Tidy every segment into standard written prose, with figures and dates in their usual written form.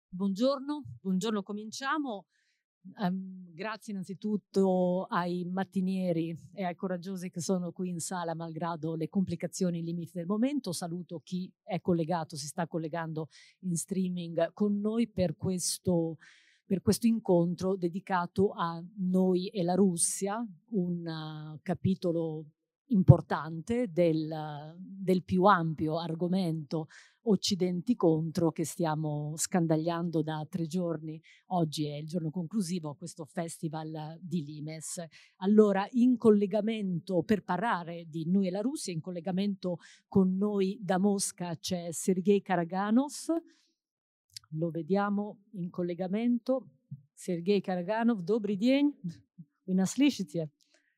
Buongiorno, cominciamo. Grazie innanzitutto ai mattinieri e ai coraggiosi che sono qui in sala malgrado le complicazioni e i limiti del momento. Saluto chi è collegato, si sta collegando in streaming con noi per questo incontro dedicato a noi e la Russia, un capitolo importante del più ampio argomento Occidenti contro che stiamo scandagliando da 3 giorni. Oggi è il giorno conclusivo a questo festival di Limes. Allora, in collegamento per parlare di noi e la Russia, in collegamento con noi da Mosca c'è Sergei Karaganov. Lo vediamo in collegamento. Sergei Karaganov, добрый день. Вы нас слышите?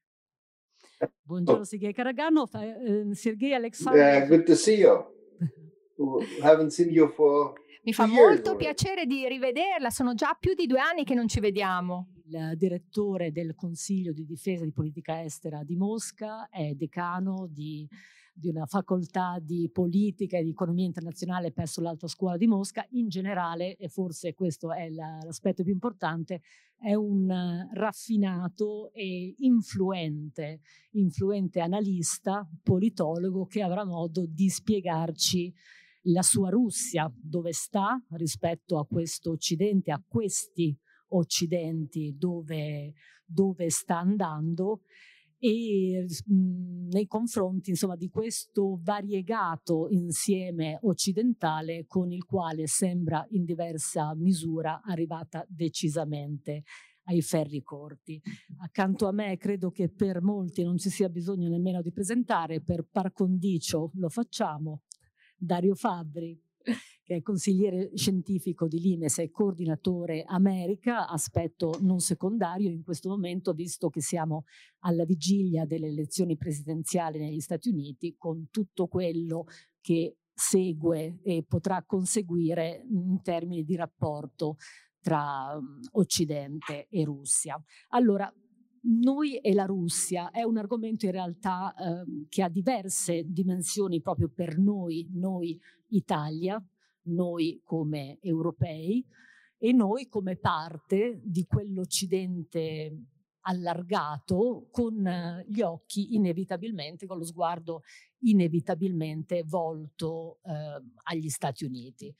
Buongiorno Oh, Sergei Karaganov, Sergei Alexandrov. good to see you. Haven't seen you for Mi 2 fa years molto already. piacere di rivederla, sono già più di 2 anni che non ci vediamo. Il direttore del Consiglio di Difesa di Politica Estera di Mosca, è decano di una facoltà di politica e di economia internazionale presso l'Alta Scuola di Mosca. In generale, e forse questo è l'aspetto più importante, è un raffinato e influente analista, politologo che avrà modo di spiegarci la sua Russia, dove sta rispetto a questo Occidente, a questi Occidenti, dove sta andando, e nei confronti insomma di questo variegato insieme occidentale con il quale sembra in diversa misura arrivata decisamente ai ferri corti. Accanto a me credo che per molti non ci sia bisogno nemmeno di presentare, per par condicio lo facciamo, Dario Fabbri, che è consigliere scientifico di Limes e coordinatore America, aspetto non secondario in questo momento, visto che siamo alla vigilia delle elezioni presidenziali negli Stati Uniti, con tutto quello che segue e potrà conseguire in termini di rapporto tra Occidente e Russia. Allora, noi e la Russia è un argomento in realtà che ha diverse dimensioni proprio per noi Italia, noi come europei e noi come parte di quell'Occidente allargato con gli occhi inevitabilmente, con lo sguardo inevitabilmente volto agli Stati Uniti.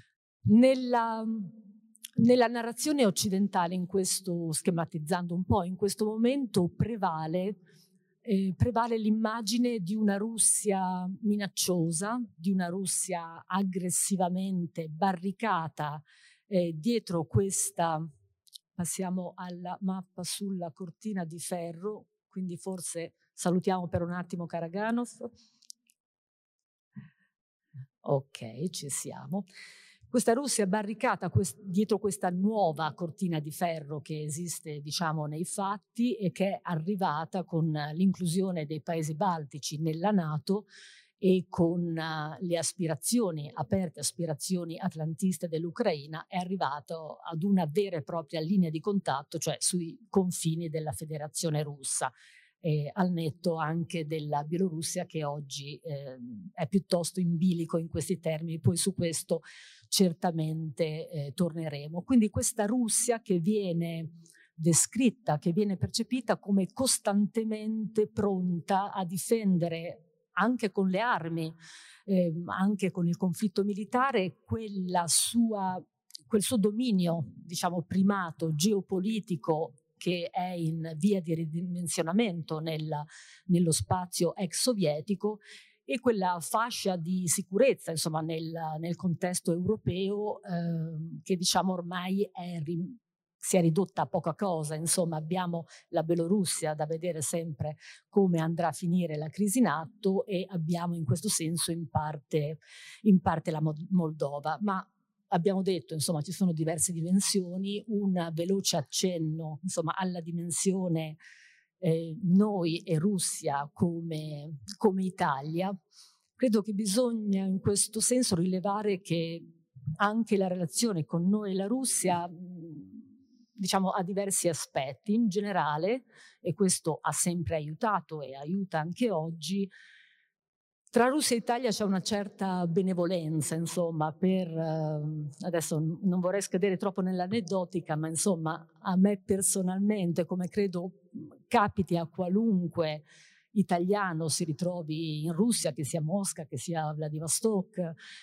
Nella narrazione occidentale, in questo, schematizzando un po', in questo momento prevale l'immagine di una Russia minacciosa, di una Russia aggressivamente barricata dietro questa, passiamo alla mappa sulla cortina di ferro, quindi forse salutiamo per un attimo Karaganov. Ok, ci siamo. Questa Russia barricata dietro questa nuova cortina di ferro che esiste, diciamo, nei fatti e che è arrivata con l'inclusione dei paesi baltici nella NATO e con le aperte aspirazioni atlantiste dell'Ucraina, è arrivato ad una vera e propria linea di contatto, cioè sui confini della Federazione Russa. Al netto anche della Bielorussia, che oggi è piuttosto in bilico in questi termini, poi su questo certamente torneremo. Quindi questa Russia che viene descritta, che viene percepita come costantemente pronta a difendere anche con le armi, anche con il conflitto militare, quel suo dominio, diciamo, primato geopolitico che è in via di ridimensionamento nello spazio ex sovietico, e quella fascia di sicurezza, insomma, nel contesto europeo che diciamo ormai si è ridotta a poca cosa. Insomma, abbiamo la Bielorussia da vedere sempre come andrà a finire la crisi in atto, e abbiamo in questo senso in parte la Moldova. Ma abbiamo detto, insomma, ci sono diverse dimensioni, un veloce accenno, insomma, alla dimensione noi e Russia come Italia. Credo che bisogna in questo senso rilevare che anche la relazione con noi e la Russia, diciamo, ha diversi aspetti. In generale, e questo ha sempre aiutato e aiuta anche oggi, Tra Russia e Italia c'è una certa benevolenza, insomma, adesso non vorrei scadere troppo nell'aneddotica, ma insomma a me personalmente, come credo capiti a qualunque italiano si ritrovi in Russia, che sia Mosca, che sia Vladivostok,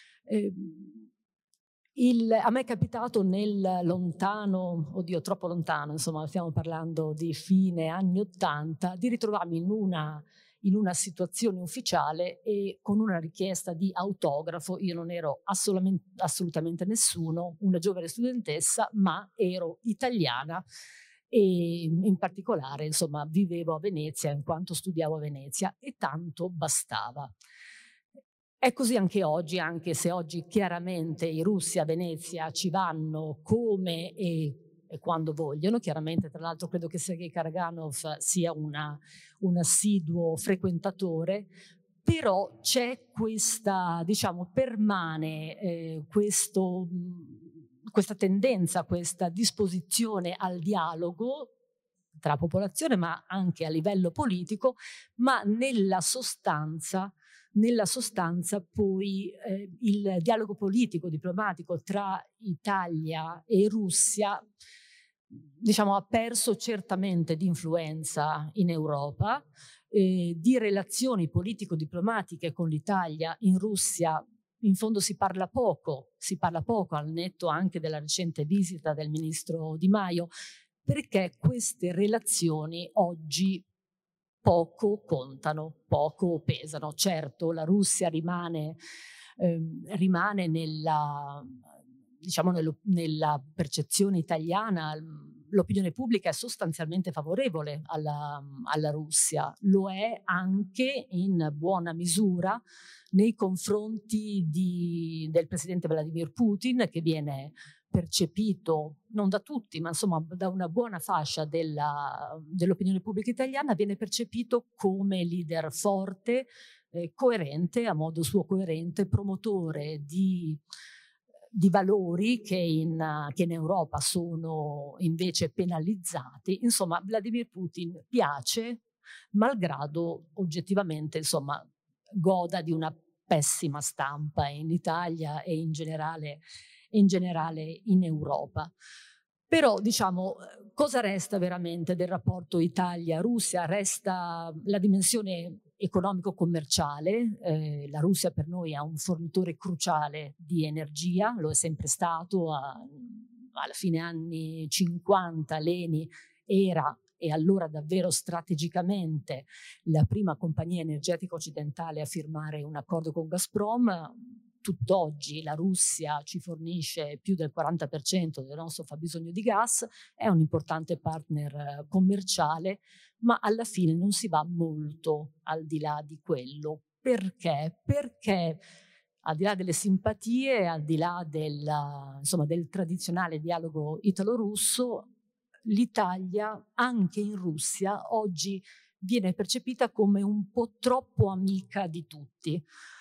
a me è capitato nel lontano, oddio troppo lontano, insomma stiamo parlando di fine anni '80, di ritrovarmi in una situazione ufficiale e con una richiesta di autografo. Io non ero assolutamente nessuno, una giovane studentessa, ma ero italiana e in particolare insomma vivevo a Venezia in quanto studiavo a Venezia e tanto bastava. È così anche oggi, anche se oggi chiaramente i russi a Venezia ci vanno come e quando vogliono. Chiaramente, tra l'altro, credo che Sergei Karaganov sia un assiduo frequentatore, però c'è questa, diciamo, permane questa tendenza, questa disposizione al dialogo tra la popolazione, ma anche a livello politico, ma nella sostanza poi il dialogo politico, diplomatico tra Italia e Russia, diciamo, ha perso certamente di influenza in Europa, di relazioni politico-diplomatiche con l'Italia in Russia in fondo si parla poco al netto anche della recente visita del ministro Di Maio, perché queste relazioni oggi poco contano, poco pesano. Certo, la Russia rimane nella, diciamo, nella percezione italiana, l'opinione pubblica è sostanzialmente favorevole alla Russia, lo è anche in buona misura nei confronti del presidente Vladimir Putin, che viene percepito, non da tutti, ma insomma da una buona fascia dell'opinione pubblica italiana, viene percepito come leader forte, coerente, a modo suo coerente, promotore di valori che in Europa sono invece penalizzati. Insomma, Vladimir Putin piace, malgrado oggettivamente, insomma, goda di una pessima stampa in Italia e in generale in Europa. Però, diciamo, cosa resta veramente del rapporto Italia-Russia? Resta la dimensione economico-commerciale. La Russia per noi è un fornitore cruciale di energia, lo è sempre stato. Alla fine anni 50 l'ENI era, e allora davvero strategicamente, la prima compagnia energetica occidentale a firmare un accordo con Gazprom. Tutt'oggi la Russia ci fornisce più del 40% del nostro fabbisogno di gas, è un importante partner commerciale, ma alla fine non si va molto al di là di quello. Perché? Perché al di là delle simpatie, al di là del tradizionale dialogo italo-russo, l'Italia anche in Russia oggi viene percepita come un po' troppo amica di tutti,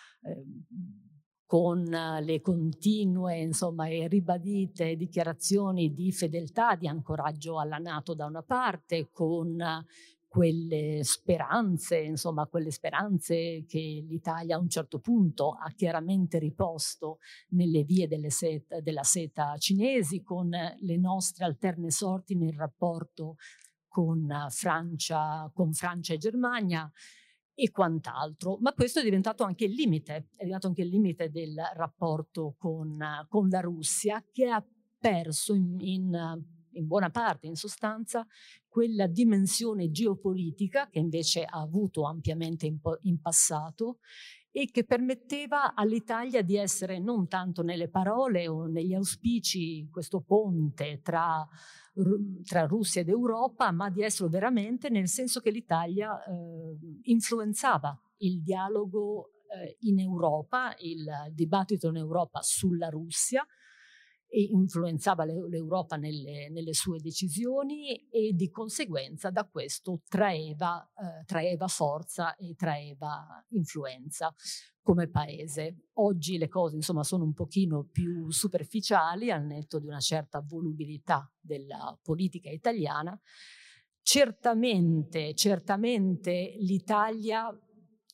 con le continue, insomma, e ribadite dichiarazioni di fedeltà, di ancoraggio alla NATO da una parte, con quelle speranze che l'Italia a un certo punto ha chiaramente riposto nelle vie della seta cinesi, con le nostre alterne sorti nel rapporto con Francia e Germania e quant'altro. Ma questo è diventato anche il limite, del rapporto con la Russia, che ha perso in buona parte, in sostanza, quella dimensione geopolitica che invece ha avuto ampiamente in passato e che permetteva all'Italia di essere non tanto nelle parole o negli auspici questo ponte tra Russia ed Europa, ma di esserlo veramente, nel senso che l'Italia influenzava il dialogo in Europa, il dibattito in Europa sulla Russia, e influenzava l'Europa nelle sue decisioni e di conseguenza da questo traeva forza e traeva influenza come paese. Oggi le cose, insomma, sono un pochino più superficiali, al netto di una certa volubilità della politica italiana. Certamente l'Italia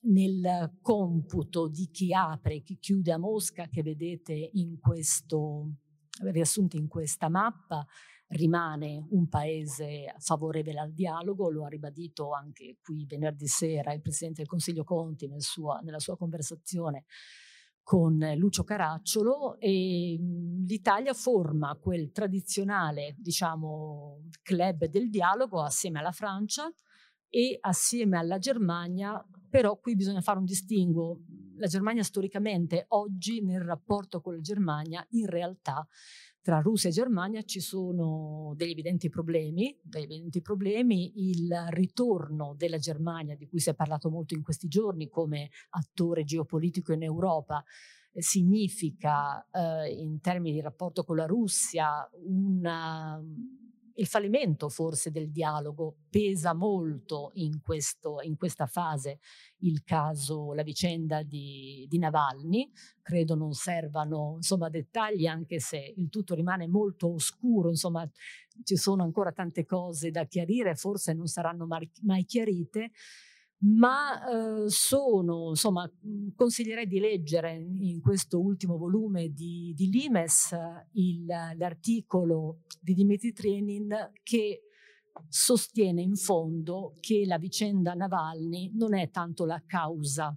nel computo di chi apre e chi chiude a Mosca, che vedete riassunti in questa mappa, rimane un paese favorevole al dialogo. Lo ha ribadito anche qui venerdì sera il Presidente del Consiglio Conte nella sua conversazione con Lucio Caracciolo, e l'Italia forma quel tradizionale, diciamo, club del dialogo assieme alla Francia e assieme alla Germania. Però qui bisogna fare un distinguo. La Germania storicamente, oggi nel rapporto con la Germania, in realtà tra Russia e Germania ci sono degli evidenti problemi. Il ritorno della Germania, di cui si è parlato molto in questi giorni come attore geopolitico in Europa, significa in termini di rapporto con la Russia il fallimento forse del dialogo. Pesa molto in questa fase la vicenda di Navalny. Credo non servano, insomma, dettagli, anche se il tutto rimane molto oscuro. Insomma, ci sono ancora tante cose da chiarire, forse non saranno mai chiarite, ma consiglierei di leggere in questo ultimo volume di Limes l'articolo di Dmitry Trenin, che sostiene in fondo che la vicenda Navalny non è tanto la causa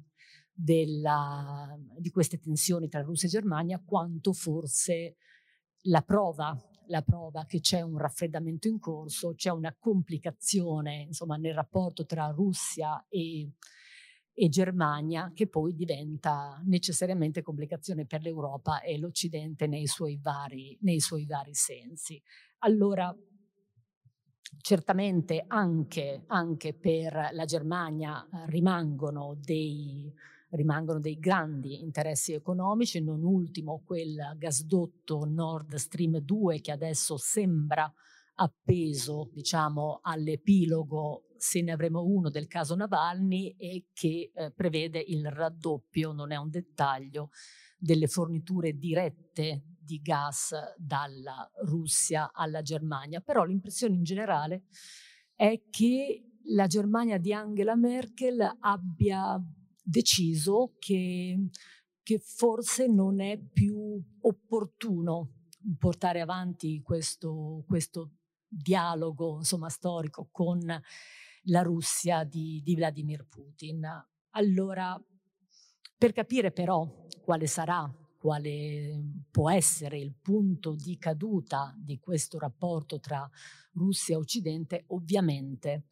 di queste tensioni tra Russia e Germania, quanto forse la prova che c'è un raffreddamento in corso, c'è una complicazione, insomma, nel rapporto tra Russia e Germania, che poi diventa necessariamente complicazione per l'Europa e l'Occidente nei suoi vari sensi. Allora, certamente anche per la Germania rimangono dei grandi interessi economici, non ultimo quel gasdotto Nord Stream 2, che adesso sembra appeso, diciamo, all'epilogo, se ne avremo uno, del caso Navalny, e che prevede il raddoppio, non è un dettaglio, delle forniture dirette di gas dalla Russia alla Germania. Però l'impressione in generale è che la Germania di Angela Merkel abbia deciso che forse non è più opportuno portare avanti questo dialogo, insomma, storico con la Russia di Vladimir Putin. Allora, per capire però quale può essere il punto di caduta di questo rapporto tra Russia e Occidente, ovviamente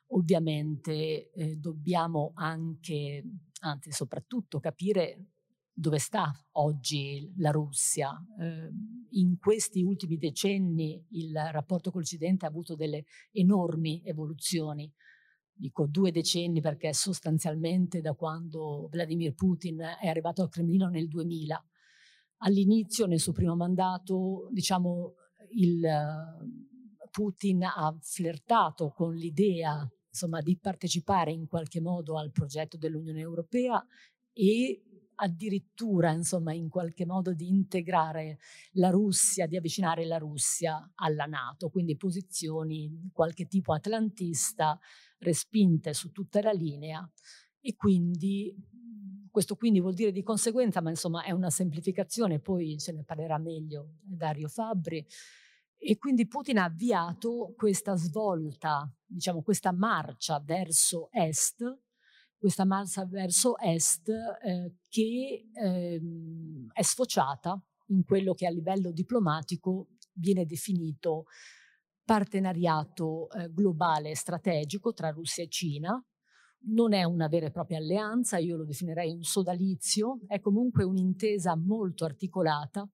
dobbiamo anche, anzi soprattutto, capire dove sta oggi la Russia. In questi ultimi decenni il rapporto con l'Occidente ha avuto delle enormi evoluzioni. Dico 2 decenni perché sostanzialmente da quando Vladimir Putin è arrivato al Cremlino nel 2000. All'inizio, nel suo primo mandato, diciamo, Putin ha flirtato con l'idea, insomma, di partecipare in qualche modo al progetto dell'Unione Europea e addirittura, insomma, in qualche modo di integrare la Russia, di avvicinare la Russia alla NATO, quindi posizioni di qualche tipo atlantista respinte su tutta la linea. E quindi questo vuol dire di conseguenza, ma insomma è una semplificazione, poi ce ne parlerà meglio Dario Fabbri. E quindi Putin ha avviato questa svolta, diciamo, questa marcia verso est, che è sfociata in quello che a livello diplomatico viene definito partenariato globale strategico tra Russia e Cina. Non è una vera e propria alleanza, io lo definirei un sodalizio, è comunque un'intesa molto articolata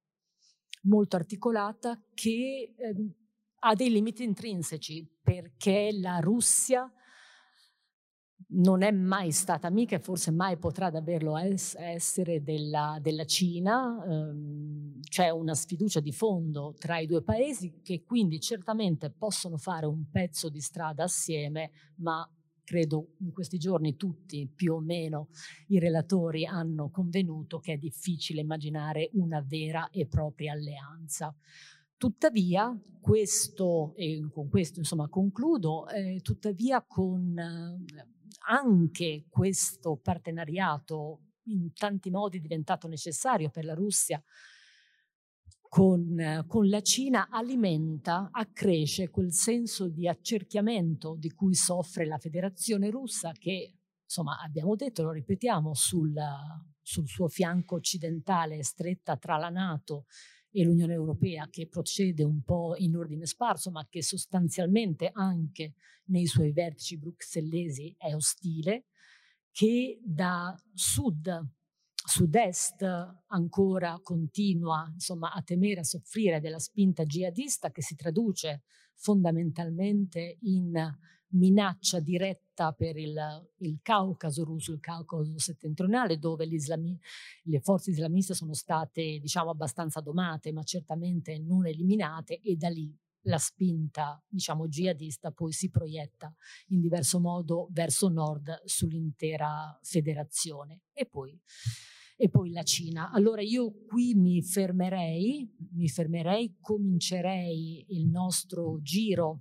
che ha dei limiti intrinseci, perché la Russia non è mai stata amica e forse mai potrà davvero essere della Cina. C'è una sfiducia di fondo tra i due paesi, che quindi certamente possono fare un pezzo di strada assieme, ma credo in questi giorni tutti più o meno i relatori hanno convenuto che è difficile immaginare una vera e propria alleanza. Tuttavia, con questo insomma concludo, tuttavia anche questo partenariato in tanti modi è diventato necessario per la Russia con la Cina, accresce quel senso di accerchiamento di cui soffre la Federazione Russa, che insomma abbiamo detto, lo ripetiamo, sul suo fianco occidentale stretta tra la NATO e l'Unione Europea, che procede un po' in ordine sparso, ma che sostanzialmente anche nei suoi vertici bruxellesi è ostile, che da sud-est ancora continua insomma a temere, a soffrire della spinta jihadista, che si traduce fondamentalmente in minaccia diretta per il Caucaso russo, il Caucaso settentrionale, dove le forze islamiste sono state, diciamo, abbastanza domate, ma certamente non eliminate, e da lì la spinta, diciamo, jihadista poi si proietta in diverso modo verso nord sull'intera federazione. E poi la Cina. Allora io qui mi fermerei, comincerei il nostro giro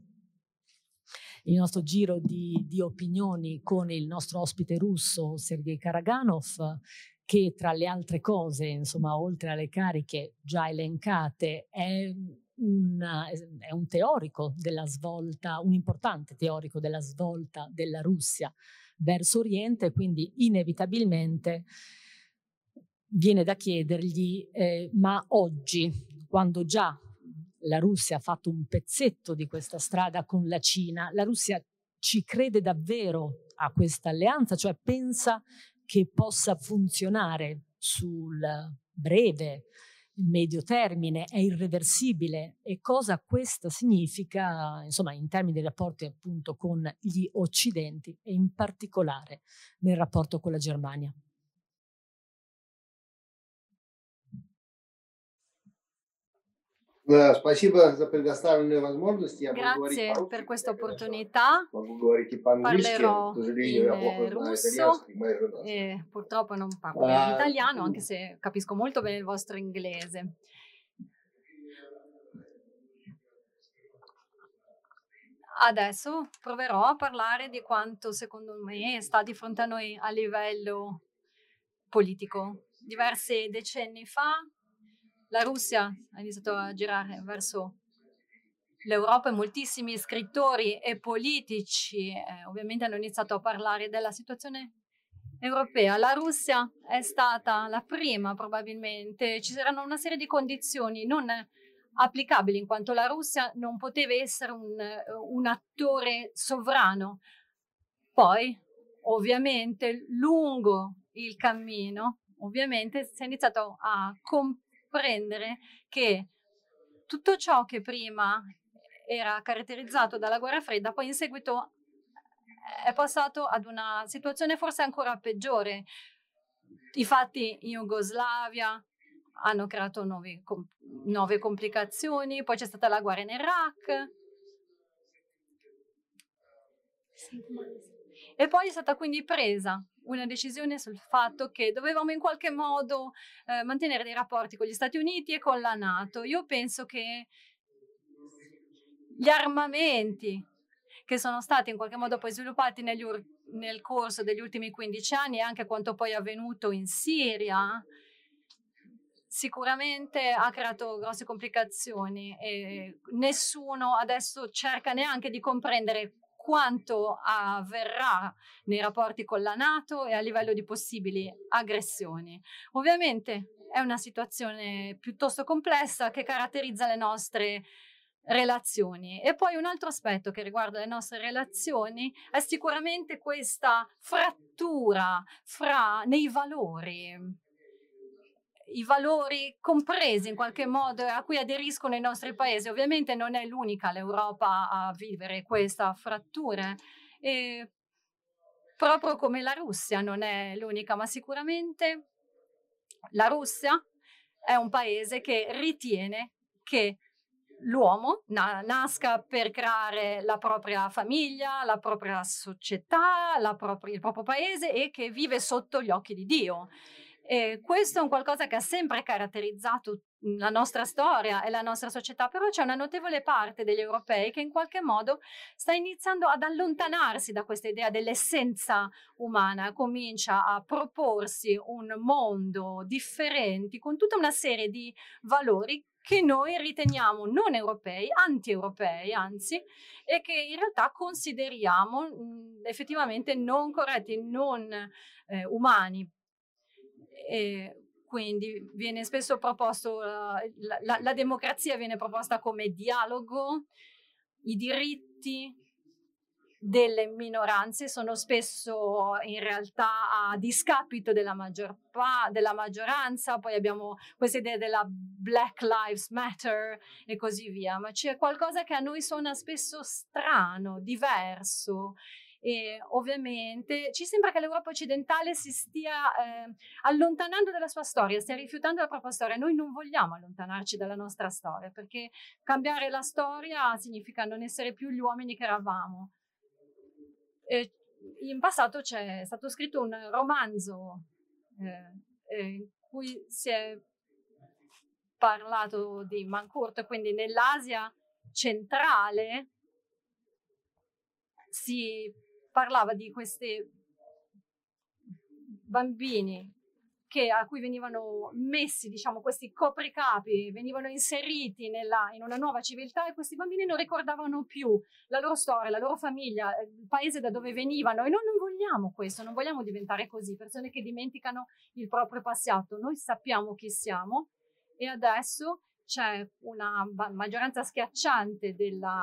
di opinioni con il nostro ospite russo Sergei Karaganov, che tra le altre cose, insomma, oltre alle cariche già elencate, è un teorico della svolta, un importante teorico della svolta della Russia verso Oriente, quindi inevitabilmente viene da chiedergli, ma oggi, quando già la Russia ha fatto un pezzetto di questa strada con la Cina, la Russia ci crede davvero a questa alleanza? Cioè pensa che possa funzionare sul breve, medio termine? È irreversibile? E cosa questo significa, insomma, in termini di rapporti appunto con gli Occidenti e in particolare nel rapporto con la Germania? Спасибо за предоставленную возможность. Я буду говорить Grazie по-русски, per questa конечно. opportunità. Могу говорить и по-английски. К Parlerò сожалению, я плохо in знаю russo итальянский, моя жена. e purtroppo non parlo bene l'italiano, anche se capisco molto bene il vostro inglese. Adesso proverò a parlare di quanto secondo me sta di fronte a noi a livello politico. Diversi decenni fa la Russia ha iniziato a girare verso l'Europa e moltissimi scrittori e politici ovviamente hanno iniziato a parlare della situazione europea. La Russia è stata la prima, probabilmente. Ci saranno una serie di condizioni non applicabili, in quanto la Russia non poteva essere un attore sovrano. Poi, ovviamente, lungo il cammino, ovviamente si è iniziato a comprendere che tutto ciò che prima era caratterizzato dalla guerra fredda, poi in seguito è passato ad una situazione forse ancora peggiore. I fatti in Jugoslavia hanno creato nuove complicazioni, poi c'è stata la guerra in Iraq. E poi è stata quindi presa una decisione sul fatto che dovevamo in qualche modo mantenere dei rapporti con gli Stati Uniti e con la NATO. Io penso che gli armamenti che sono stati in qualche modo poi sviluppati nel corso degli ultimi 15 anni e anche quanto poi è avvenuto in Siria, sicuramente ha creato grosse complicazioni e nessuno adesso cerca neanche di comprendere quanto avverrà nei rapporti con la NATO e a livello di possibili aggressioni. Ovviamente è una situazione piuttosto complessa che caratterizza le nostre relazioni. E poi un altro aspetto che riguarda le nostre relazioni è sicuramente questa frattura nei valori, i valori compresi in qualche modo a cui aderiscono i nostri paesi. Ovviamente non è l'unica l'Europa a vivere questa frattura, e proprio come la Russia non è l'unica, ma sicuramente la Russia è un paese che ritiene che l'uomo nasca per creare la propria famiglia, la propria società, il proprio paese, e che vive sotto gli occhi di Dio. E questo è un qualcosa che ha sempre caratterizzato la nostra storia e la nostra società, però c'è una notevole parte degli europei che in qualche modo sta iniziando ad allontanarsi da questa idea dell'essenza umana, comincia a proporsi un mondo differente con tutta una serie di valori che noi riteniamo non europei, anti-europei anzi, e che in realtà consideriamo effettivamente non corretti, non umani. Quindi viene spesso proposto, la democrazia viene proposta come dialogo, i diritti delle minoranze sono spesso in realtà a discapito della maggioranza, poi abbiamo questa idea della Black Lives Matter e così via, ma c'è qualcosa che a noi suona spesso strano, diverso. E ovviamente ci sembra che l'Europa occidentale si stia allontanando dalla sua storia, stia rifiutando la propria storia. Noi non vogliamo allontanarci dalla nostra storia, perché cambiare la storia significa non essere più gli uomini che eravamo. In passato c'è stato scritto un romanzo in cui si è parlato di Mancourt, quindi nell'Asia centrale si parlava di questi bambini a cui venivano messi, diciamo, questi copricapi, venivano inseriti in una nuova civiltà, e questi bambini non ricordavano più la loro storia, la loro famiglia, il paese da dove venivano, e noi non vogliamo questo, non vogliamo diventare così, persone che dimenticano il proprio passato. Noi sappiamo chi siamo e adesso c'è una maggioranza schiacciante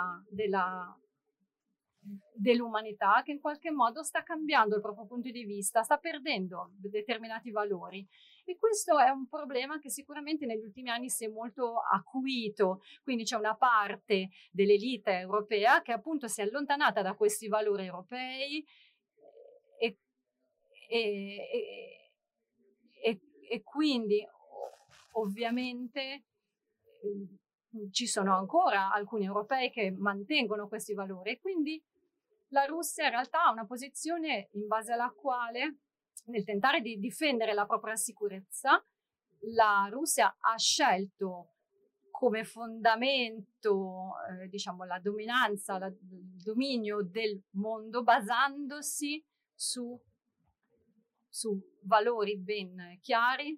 dell'umanità che in qualche modo sta cambiando il proprio punto di vista, sta perdendo determinati valori, e questo è un problema che sicuramente negli ultimi anni si è molto acuito. Quindi c'è una parte dell'elite europea che appunto si è allontanata da questi valori europei e quindi ovviamente ci sono ancora alcuni europei che mantengono questi valori, e quindi la Russia in realtà ha una posizione in base alla quale, nel tentare di difendere la propria sicurezza, la Russia ha scelto come fondamento diciamo la dominanza, il dominio del mondo basandosi su valori ben chiari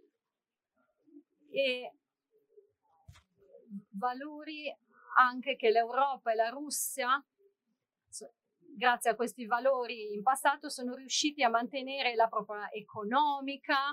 e valori anche che l'Europa e la Russia, grazie a questi valori in passato, sono riusciti a mantenere la propria economica,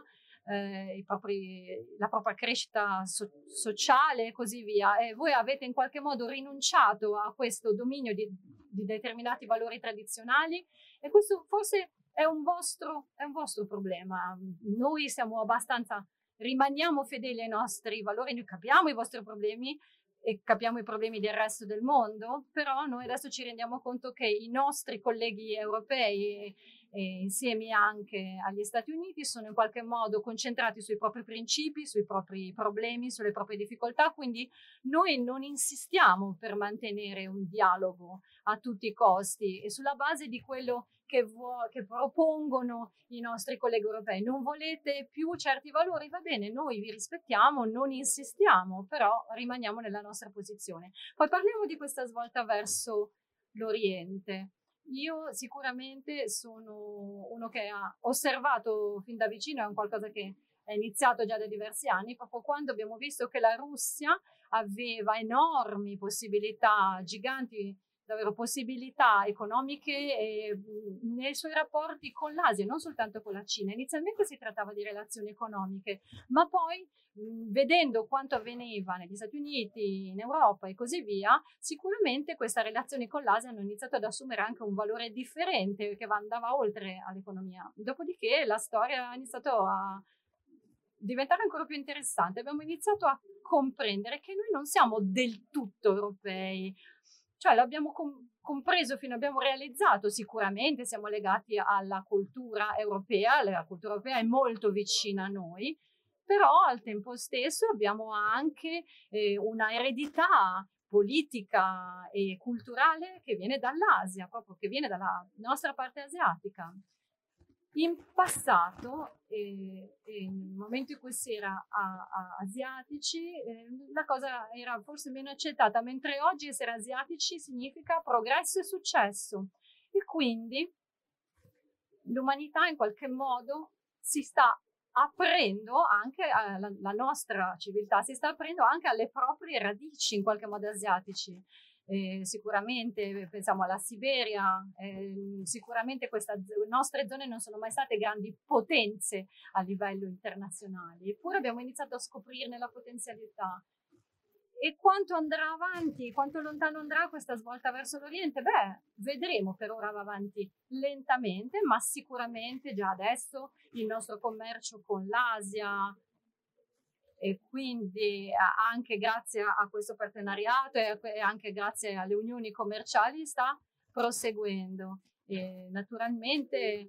la propria crescita sociale e così via. E voi avete in qualche modo rinunciato a questo dominio di determinati valori tradizionali, e questo forse è un vostro problema. Noi siamo rimaniamo fedeli ai nostri valori, noi capiamo i vostri problemi e capiamo i problemi del resto del mondo, però noi adesso ci rendiamo conto che i nostri colleghi europei e insieme anche agli Stati Uniti sono in qualche modo concentrati sui propri principi, sui propri problemi, sulle proprie difficoltà, quindi noi non insistiamo per mantenere un dialogo a tutti i costi e sulla base di quello che propongono i nostri colleghi europei. Non volete più certi valori? Va bene, noi vi rispettiamo, non insistiamo, però rimaniamo nella nostra posizione. Poi parliamo di questa svolta verso l'Oriente. Io sicuramente sono uno che ha osservato fin da vicino, è un qualcosa che è iniziato già da diversi anni, proprio quando abbiamo visto che la Russia aveva enormi possibilità, giganti davvero possibilità economiche nei suoi rapporti con l'Asia, non soltanto con la Cina. Inizialmente si trattava di relazioni economiche, ma poi vedendo quanto avveniva negli Stati Uniti, in Europa e così via, sicuramente queste relazioni con l'Asia hanno iniziato ad assumere anche un valore differente che andava oltre all'economia. Dopodiché la storia ha iniziato a diventare ancora più interessante. Abbiamo iniziato a comprendere che noi non siamo del tutto europei, cioè l'abbiamo compreso abbiamo realizzato, sicuramente siamo legati alla cultura europea, la cultura europea è molto vicina a noi, però al tempo stesso abbiamo anche una eredità politica e culturale che viene dall'Asia, proprio che viene dalla nostra parte asiatica. In passato, nel momento in cui si era asiatici, la cosa era forse meno accettata, mentre oggi essere asiatici significa progresso e successo. E quindi l'umanità in qualche modo si sta aprendo anche la nostra civiltà, si sta aprendo anche alle proprie radici in qualche modo asiatici. Sicuramente pensiamo alla Siberia, sicuramente nostre zone non sono mai state grandi potenze a livello internazionale, eppure abbiamo iniziato a scoprirne la potenzialità. E quanto andrà avanti, quanto lontano andrà questa svolta verso l'Oriente? Beh, vedremo, per ora va avanti lentamente, ma sicuramente già adesso il nostro commercio con l'Asia, e quindi anche grazie a questo partenariato e anche grazie alle unioni commerciali sta proseguendo. E naturalmente,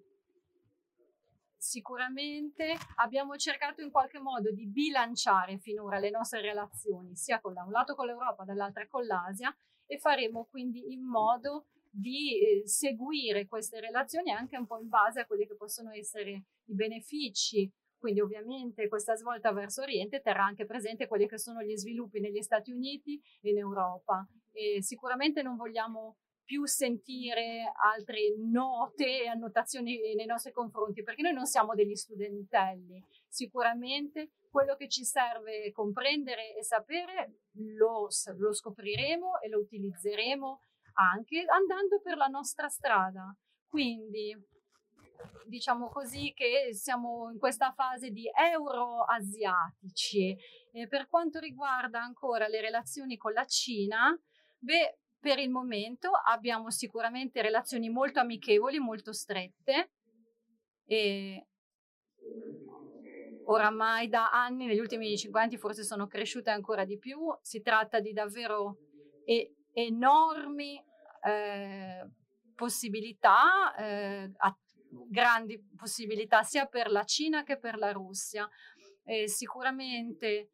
sicuramente abbiamo cercato in qualche modo di bilanciare finora le nostre relazioni, sia da un lato con l'Europa, dall'altro con l'Asia, e faremo quindi in modo di seguire queste relazioni anche un po' in base a quelli che possono essere i benefici. Quindi ovviamente questa svolta verso Oriente terrà anche presente quelli che sono gli sviluppi negli Stati Uniti e in Europa. E sicuramente non vogliamo più sentire altre note e annotazioni nei nostri confronti, perché noi non siamo degli studentelli. Sicuramente quello che ci serve comprendere e sapere lo scopriremo e lo utilizzeremo anche andando per la nostra strada. Quindi diciamo così che siamo in questa fase di euroasiatici. Per quanto riguarda ancora le relazioni con la Cina, beh, per il momento abbiamo sicuramente relazioni molto amichevoli, molto strette, e oramai da anni, negli ultimi 5 anni forse sono cresciute ancora di più. Si tratta di davvero enormi possibilità, grandi possibilità sia per la Cina che per la Russia. Sicuramente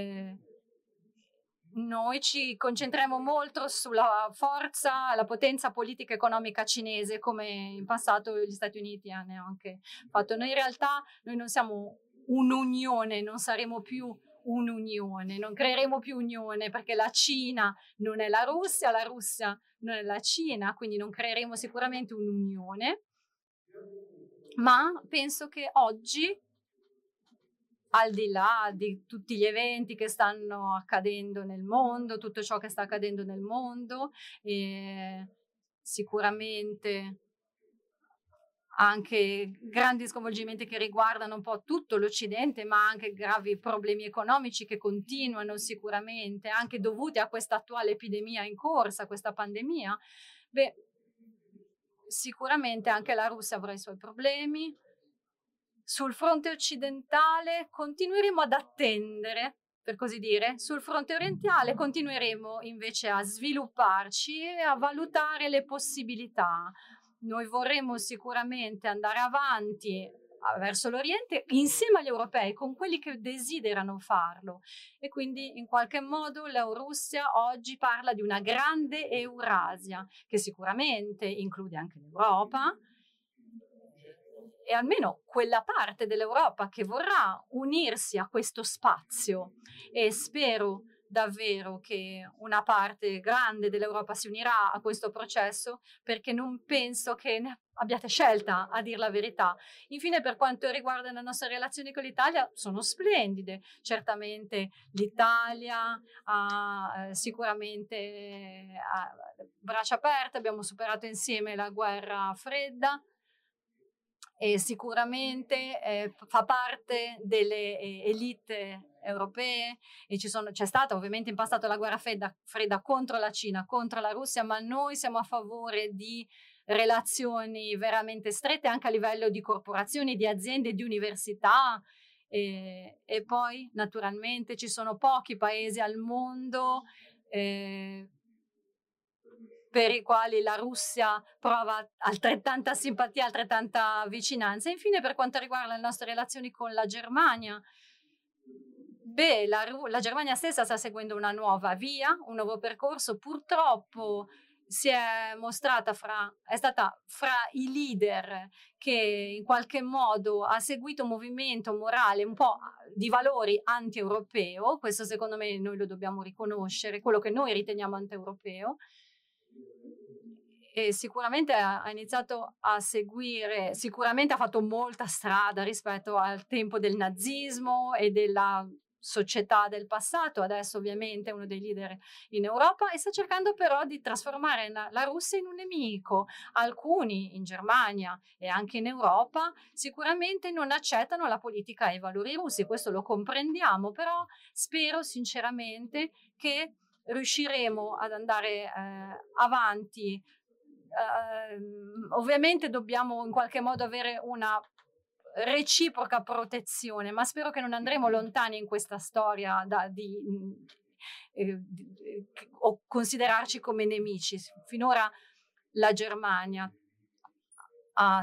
noi ci concentriamo molto sulla forza, la potenza politica e economica cinese, come in passato gli Stati Uniti hanno anche fatto. Noi in realtà non siamo un'unione, non saremo più un'unione, non creeremo più unione, perché la Cina non è la Russia non è la Cina, quindi non creeremo sicuramente un'unione, ma penso che oggi, al di là di tutti gli eventi che stanno accadendo nel mondo, tutto ciò che sta accadendo nel mondo, sicuramente anche grandi sconvolgimenti che riguardano un po' tutto l'Occidente, ma anche gravi problemi economici che continuano sicuramente, anche dovuti a questa attuale epidemia in corsa, questa pandemia. Beh, sicuramente anche la Russia avrà i suoi problemi. Sul fronte occidentale continueremo ad attendere, per così dire. Sul fronte orientale continueremo invece a svilupparci e a valutare le possibilità. Noi vorremmo sicuramente andare avanti verso l'Oriente insieme agli europei, con quelli che desiderano farlo, e quindi in qualche modo la Russia oggi parla di una grande Eurasia, che sicuramente include anche l'Europa, e almeno quella parte dell'Europa che vorrà unirsi a questo spazio, e spero davvero che una parte grande dell'Europa si unirà a questo processo, perché non penso che ne abbiate scelta, a dir la verità. Infine, per quanto riguarda le nostre relazioni con l'Italia, sono splendide. Certamente l'Italia ha sicuramente braccia aperte, abbiamo superato insieme la guerra fredda, e sicuramente fa parte delle elite europee, e c'è stata ovviamente in passato la guerra fredda contro la Cina, contro la Russia, ma noi siamo a favore di relazioni veramente strette anche a livello di corporazioni, di aziende, di università, e poi naturalmente ci sono pochi paesi al mondo per i quali la Russia prova altrettanta simpatia, altrettanta vicinanza. E infine, per quanto riguarda le nostre relazioni con la Germania, la Germania stessa sta seguendo una nuova via, un nuovo percorso. Purtroppo si è mostrata è stata fra i leader che in qualche modo ha seguito un movimento morale un po' di valori anti-europeo. Questo secondo me noi lo dobbiamo riconoscere, quello che noi riteniamo anti-europeo. E sicuramente ha iniziato a seguire, sicuramente ha fatto molta strada rispetto al tempo del nazismo e della società del passato. Adesso ovviamente è uno dei leader in Europa e sta cercando però di trasformare la Russia in un nemico. Alcuni in Germania e anche in Europa sicuramente non accettano la politica e i valori russi, questo lo comprendiamo, però spero sinceramente che riusciremo ad andare avanti. Ovviamente dobbiamo in qualche modo avere una reciproca protezione, ma spero che non andremo lontani in questa storia o considerarci come nemici. Finora la Germania ha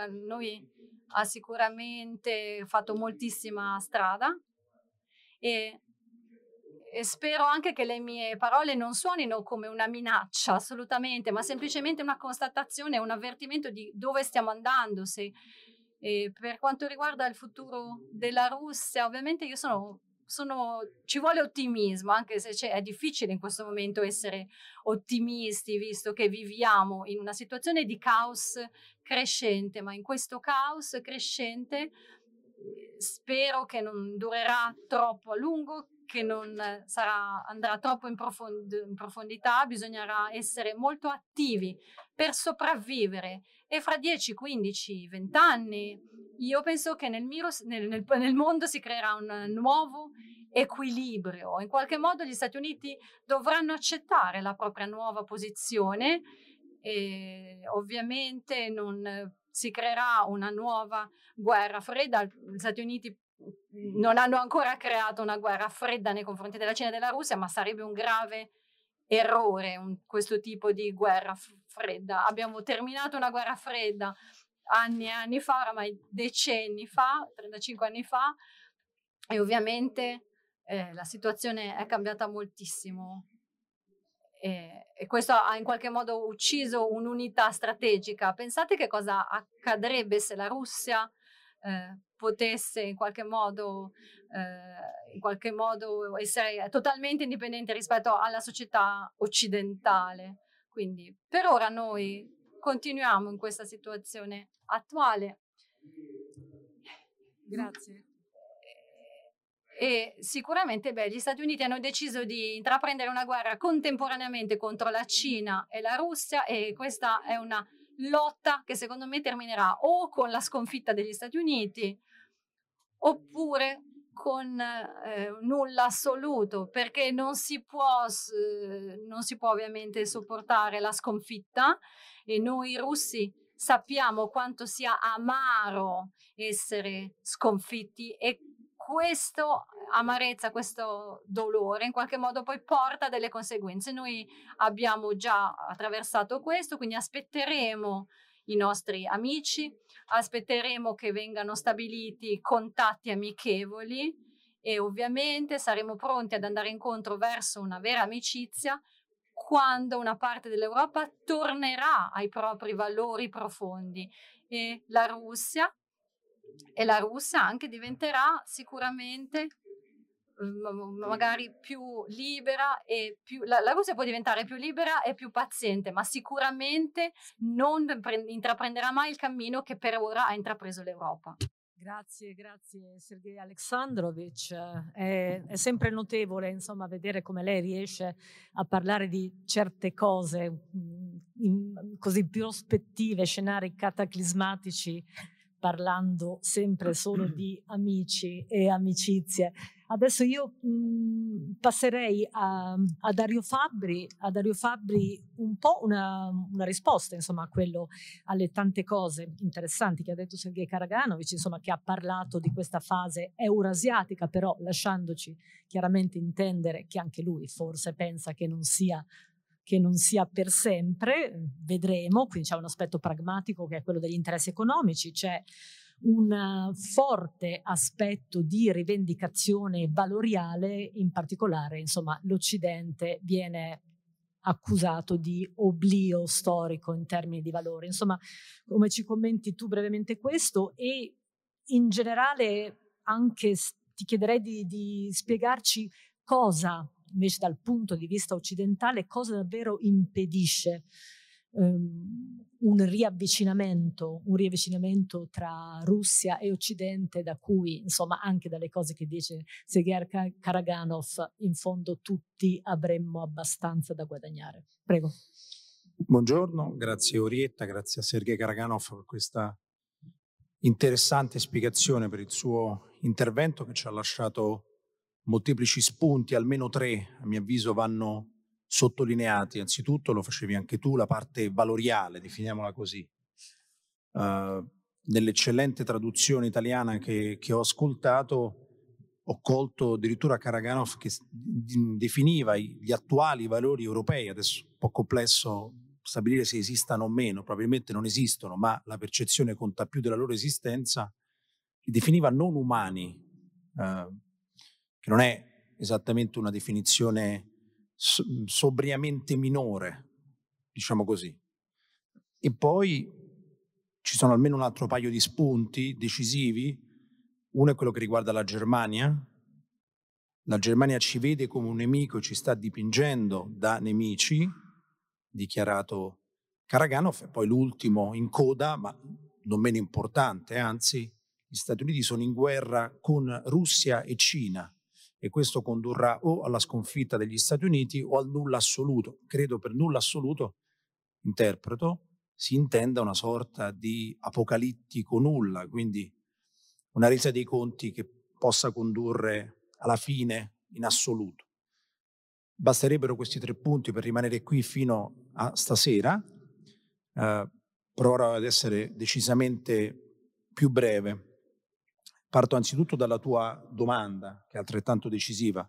sicuramente fatto moltissima strada e spero anche che le mie parole non suonino come una minaccia, assolutamente, ma semplicemente una constatazione, un avvertimento di dove stiamo andando. Per quanto riguarda il futuro della Russia, ovviamente io ci vuole ottimismo, anche se è difficile in questo momento essere ottimisti, visto che viviamo in una situazione di caos crescente, ma in questo caos crescente spero che non durerà troppo a lungo, che non andrà troppo in profondità. Bisognerà essere molto attivi per sopravvivere e fra 10, 15, 20 anni io penso che nel mondo si creerà un nuovo equilibrio. In qualche modo gli Stati Uniti dovranno accettare la propria nuova posizione e ovviamente non si creerà una nuova guerra fredda. Gli Stati Uniti non hanno ancora creato una guerra fredda nei confronti della Cina e della Russia, ma sarebbe un grave errore questo tipo di guerra fredda. Abbiamo terminato una guerra fredda anni e anni fa, oramai decenni fa, 35 anni fa, e ovviamente la situazione è cambiata moltissimo. E questo ha in qualche modo ucciso un'unità strategica. Pensate che cosa accadrebbe se la Russia potesse in qualche modo essere totalmente indipendente rispetto alla società occidentale. Quindi per ora noi continuiamo in questa situazione attuale. Grazie. E sicuramente gli Stati Uniti hanno deciso di intraprendere una guerra contemporaneamente contro la Cina e la Russia, e questa è una lotta che secondo me terminerà o con la sconfitta degli Stati Uniti oppure con nulla assoluto, perché non si può ovviamente sopportare la sconfitta, e noi russi sappiamo quanto sia amaro essere sconfitti, e questo amarezza, questo dolore in qualche modo poi porta delle conseguenze. Noi abbiamo già attraversato questo, quindi aspetteremo i nostri amici, aspetteremo che vengano stabiliti contatti amichevoli e ovviamente saremo pronti ad andare incontro verso una vera amicizia quando una parte dell'Europa tornerà ai propri valori profondi e la Russia anche diventerà sicuramente magari più libera e la Russia può diventare più libera e più paziente, ma sicuramente non intraprenderà mai il cammino che per ora ha intrapreso l'Europa. Grazie Sergei Aleksandrovich. È sempre notevole, insomma, vedere come lei riesce a parlare di certe cose in così prospettive, scenari cataclismatici, parlando sempre solo di amici e amicizie. Adesso io passerei a Dario Fabbri un po' una risposta, insomma, alle tante cose interessanti che ha detto Sergei Karaganovic, insomma, che ha parlato di questa fase eurasiatica, però lasciandoci chiaramente intendere che anche lui forse pensa che non sia per sempre. Vedremo. Quindi c'è un aspetto pragmatico che è quello degli interessi economici, c'è un forte aspetto di rivendicazione valoriale, in particolare, insomma, l'Occidente viene accusato di oblio storico in termini di valore. Insomma, come ci commenti tu brevemente questo, e in generale anche ti chiederei di spiegarci cosa invece dal punto di vista occidentale, cosa davvero impedisce un riavvicinamento tra Russia e Occidente, da cui, insomma, anche dalle cose che dice Sergei Karaganov, in fondo tutti avremmo abbastanza da guadagnare. Prego. Buongiorno, grazie Orietta, grazie a Sergei Karaganov per questa interessante spiegazione, per il suo intervento che ci ha lasciato molteplici spunti, almeno 3 a mio avviso vanno sottolineati. Anzitutto, lo facevi anche tu, la parte valoriale, definiamola così. Nell'eccellente traduzione italiana che ho ascoltato, ho colto addirittura Karaganov che definiva gli attuali valori europei. Adesso è un po' complesso stabilire se esistano o meno, probabilmente non esistono, ma la percezione conta più della loro esistenza. Li definiva non umani, che non è esattamente una definizione sobriamente minore, diciamo così. E poi ci sono almeno un altro paio di spunti decisivi. Uno è quello che riguarda la Germania. La Germania ci vede come un nemico e ci sta dipingendo da nemici, dichiarato Karaganov. E poi l'ultimo in coda, ma non meno importante, anzi, gli Stati Uniti sono in guerra con Russia e Cina, e questo condurrà o alla sconfitta degli Stati Uniti o al nulla assoluto. Credo per nulla assoluto, interpreto, si intenda una sorta di apocalittico nulla, quindi una resa dei conti che possa condurre alla fine in assoluto. Basterebbero questi 3 punti per rimanere qui fino a stasera. Proverò ad essere decisamente più breve. Parto anzitutto dalla tua domanda, che è altrettanto decisiva.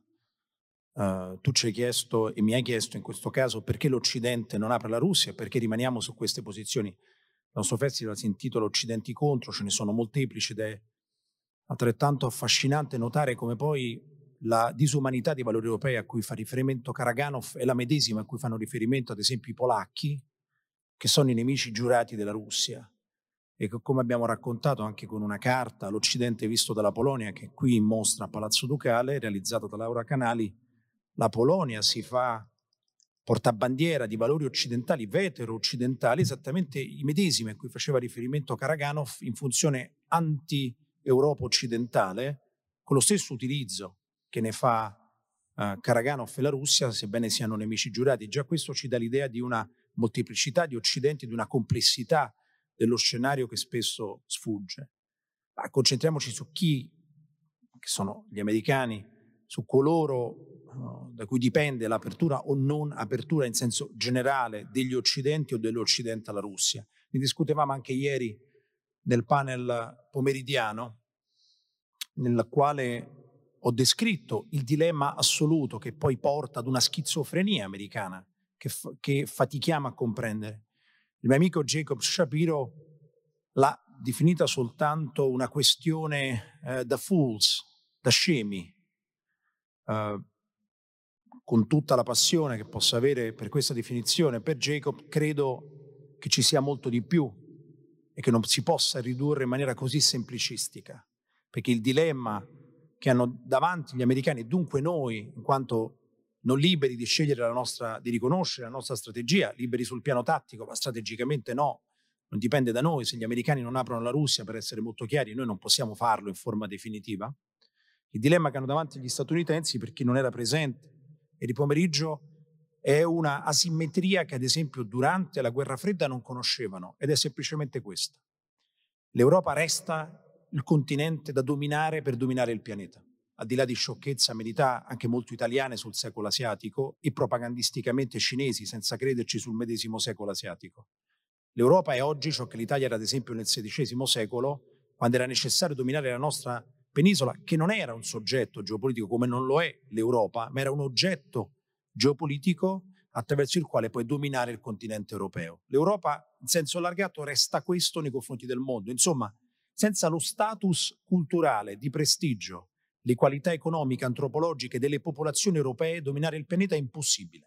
Tu ci hai chiesto e mi hai chiesto in questo caso perché l'Occidente non apre la Russia e perché rimaniamo su queste posizioni. Il nostro festival si intitola Occidenti contro, ce ne sono molteplici ed è altrettanto affascinante notare come poi la disumanità dei valori europei a cui fa riferimento Karaganov è la medesima a cui fanno riferimento ad esempio i polacchi, che sono i nemici giurati della Russia, e che, come abbiamo raccontato anche con una carta, l'Occidente visto dalla Polonia, che è qui in mostra a Palazzo Ducale, realizzata da Laura Canali, la Polonia si fa portabandiera di valori occidentali, vetero-occidentali, esattamente i medesimi a cui faceva riferimento Karaganov, in funzione anti-Europa occidentale, con lo stesso utilizzo che ne fa Karaganov e la Russia, sebbene siano nemici giurati. Già questo ci dà l'idea di una molteplicità di occidenti, di una complessità dello scenario che spesso sfugge. Ma concentriamoci su chi, che sono gli americani, su coloro da cui dipende l'apertura o non apertura in senso generale degli occidenti o dell'Occidente alla Russia. Ne discutevamo anche ieri nel panel pomeridiano, nel quale ho descritto il dilemma assoluto che poi porta ad una schizofrenia americana che fatichiamo a comprendere. Il mio amico Jacob Shapiro l'ha definita soltanto una questione da fools, da scemi. Con tutta la passione che possa avere per questa definizione, per Jacob credo che ci sia molto di più e che non si possa ridurre in maniera così semplicistica, perché il dilemma che hanno davanti gli americani, e dunque noi, in quanto non liberi di scegliere di riconoscere la nostra strategia, liberi sul piano tattico, ma strategicamente no, non dipende da noi. Se gli americani non aprono la Russia, per essere molto chiari, noi non possiamo farlo in forma definitiva. Il dilemma che hanno davanti gli statunitensi, per chi non era presente ieri pomeriggio, è una asimmetria che ad esempio durante la guerra fredda non conoscevano, ed è semplicemente questa. L'Europa resta il continente da dominare per dominare il pianeta, al di là di sciocchezze, amenità anche molto italiane sul secolo asiatico e propagandisticamente cinesi, senza crederci sul medesimo secolo asiatico. L'Europa è oggi ciò che l'Italia era ad esempio nel XVI secolo, quando era necessario dominare la nostra penisola, che non era un soggetto geopolitico come non lo è l'Europa, ma era un oggetto geopolitico attraverso il quale puoi dominare il continente europeo. L'Europa, in senso allargato, resta questo nei confronti del mondo. Insomma, senza lo status culturale, di prestigio, le qualità economiche, antropologiche delle popolazioni europee, dominare il pianeta è impossibile.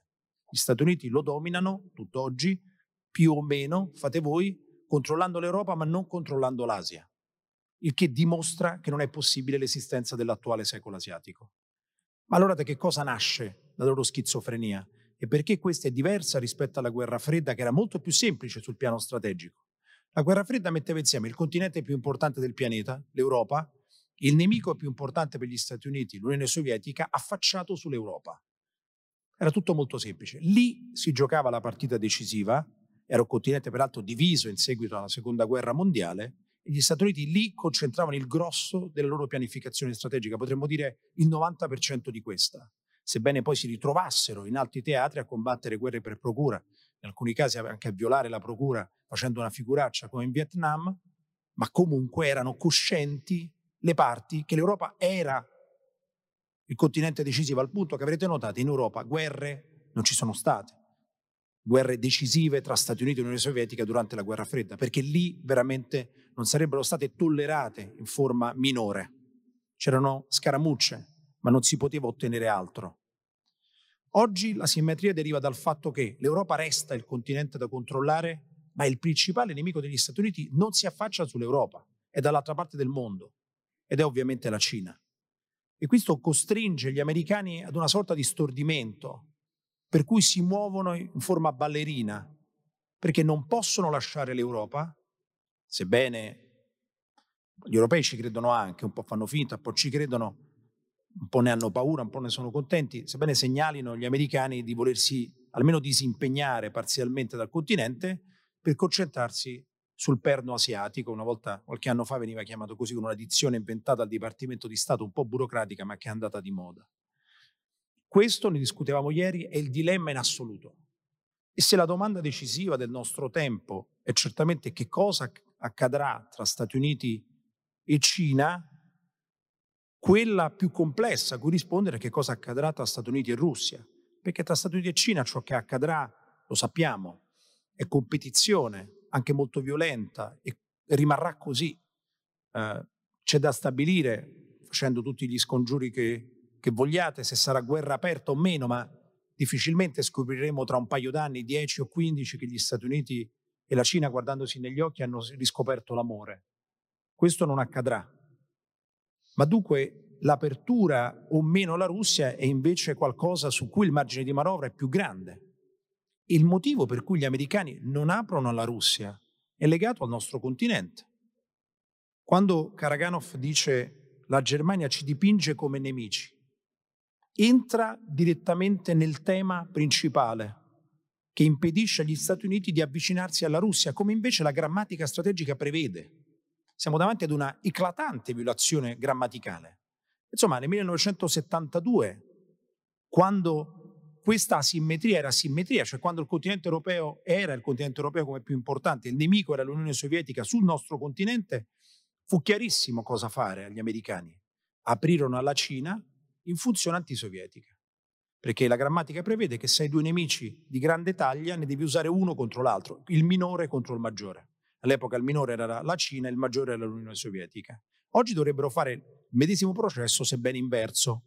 Gli Stati Uniti lo dominano tutt'oggi, più o meno, fate voi, controllando l'Europa ma non controllando l'Asia, il che dimostra che non è possibile l'esistenza dell'attuale secolo asiatico. Ma allora da che cosa nasce la loro schizofrenia? E perché questa è diversa rispetto alla guerra fredda, che era molto più semplice sul piano strategico? La guerra fredda metteva insieme il continente più importante del pianeta, l'Europa, il nemico più importante per gli Stati Uniti, l'Unione Sovietica, affacciato sull'Europa. Era tutto molto semplice. Lì si giocava la partita decisiva, era un continente peraltro diviso in seguito alla Seconda Guerra Mondiale, e gli Stati Uniti lì concentravano il grosso della loro pianificazione strategica, potremmo dire il 90% di questa, sebbene poi si ritrovassero in altri teatri a combattere guerre per procura, in alcuni casi anche a violare la procura facendo una figuraccia come in Vietnam, ma comunque erano coscienti le parti che l'Europa era il continente decisivo, al punto che avrete notato in Europa guerre non ci sono state, guerre decisive tra Stati Uniti e Unione Sovietica durante la guerra fredda, perché lì veramente non sarebbero state tollerate in forma minore. C'erano scaramucce, ma non si poteva ottenere altro. Oggi la simmetria deriva dal fatto che l'Europa resta il continente da controllare, ma il principale nemico degli Stati Uniti non si affaccia sull'Europa, è dall'altra parte del mondo, ed è ovviamente la Cina. E questo costringe gli americani ad una sorta di stordimento, per cui si muovono in forma ballerina, perché non possono lasciare l'Europa, sebbene gli europei ci credono anche, un po' fanno finta, un po' ci credono, un po' ne hanno paura, un po' ne sono contenti, sebbene segnalino gli americani di volersi almeno disimpegnare parzialmente dal continente per concentrarsi sul perno asiatico. Una volta, qualche anno fa, veniva chiamato così, con una dizione inventata dal Dipartimento di Stato, un po' burocratica, ma che è andata di moda. Questo, ne discutevamo ieri, è il dilemma in assoluto. E se la domanda decisiva del nostro tempo è certamente che cosa accadrà tra Stati Uniti e Cina, quella più complessa a cui rispondere è che cosa accadrà tra Stati Uniti e Russia. Perché tra Stati Uniti e Cina ciò che accadrà, lo sappiamo, è competizione, anche molto violenta, e rimarrà così. C'è da stabilire, facendo tutti gli scongiuri che vogliate, se sarà guerra aperta o meno, ma difficilmente scopriremo tra un paio d'anni, 10 o 15, che gli Stati Uniti e la Cina, guardandosi negli occhi, hanno riscoperto l'amore. Questo non accadrà. Ma dunque l'apertura o meno alla Russia è invece qualcosa su cui il margine di manovra è più grande. Il motivo per cui gli americani non aprono alla Russia è legato al nostro continente. Quando Karaganov dice la Germania ci dipinge come nemici, entra direttamente nel tema principale che impedisce agli Stati Uniti di avvicinarsi alla Russia, come invece la grammatica strategica prevede. Siamo davanti ad una eclatante violazione grammaticale. Insomma, nel 1972, quando questa asimmetria era asimmetria, cioè quando il continente europeo era il continente europeo come più importante, il nemico era l'Unione Sovietica sul nostro continente, fu chiarissimo cosa fare agli americani. Aprirono alla Cina in funzione antisovietica, perché la grammatica prevede che se hai due nemici di grande taglia ne devi usare uno contro l'altro, il minore contro il maggiore. All'epoca il minore era la Cina, il maggiore era l'Unione Sovietica. Oggi dovrebbero fare il medesimo processo, sebbene inverso,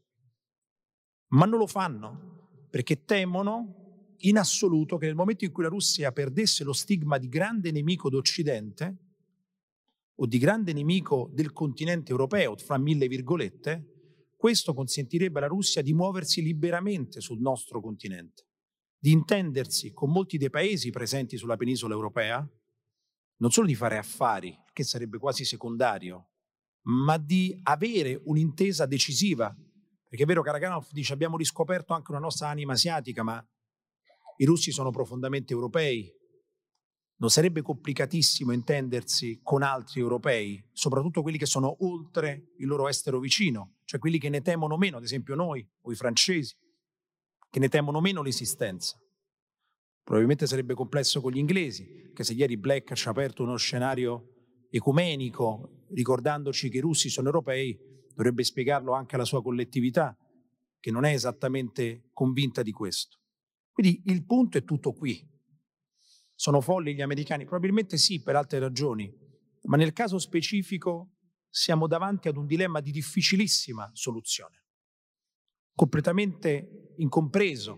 ma non lo fanno perché temono in assoluto che nel momento in cui la Russia perdesse lo stigma di grande nemico d'Occidente o di grande nemico del continente europeo, fra mille virgolette, questo consentirebbe alla Russia di muoversi liberamente sul nostro continente, di intendersi con molti dei paesi presenti sulla penisola europea, non solo di fare affari, che sarebbe quasi secondario, ma di avere un'intesa decisiva. Perché è vero, Karaganov dice abbiamo riscoperto anche una nostra anima asiatica, ma i russi sono profondamente europei. Non sarebbe complicatissimo intendersi con altri europei, soprattutto quelli che sono oltre il loro estero vicino, cioè quelli che ne temono meno, ad esempio noi o i francesi, che ne temono meno l'esistenza. Probabilmente sarebbe complesso con gli inglesi, perché se ieri Black ci ha aperto uno scenario ecumenico, ricordandoci che i russi sono europei, dovrebbe spiegarlo anche alla sua collettività, che non è esattamente convinta di questo. Quindi il punto è tutto qui. Sono folli gli americani? Probabilmente sì, per altre ragioni, ma nel caso specifico siamo davanti ad un dilemma di difficilissima soluzione, completamente incompreso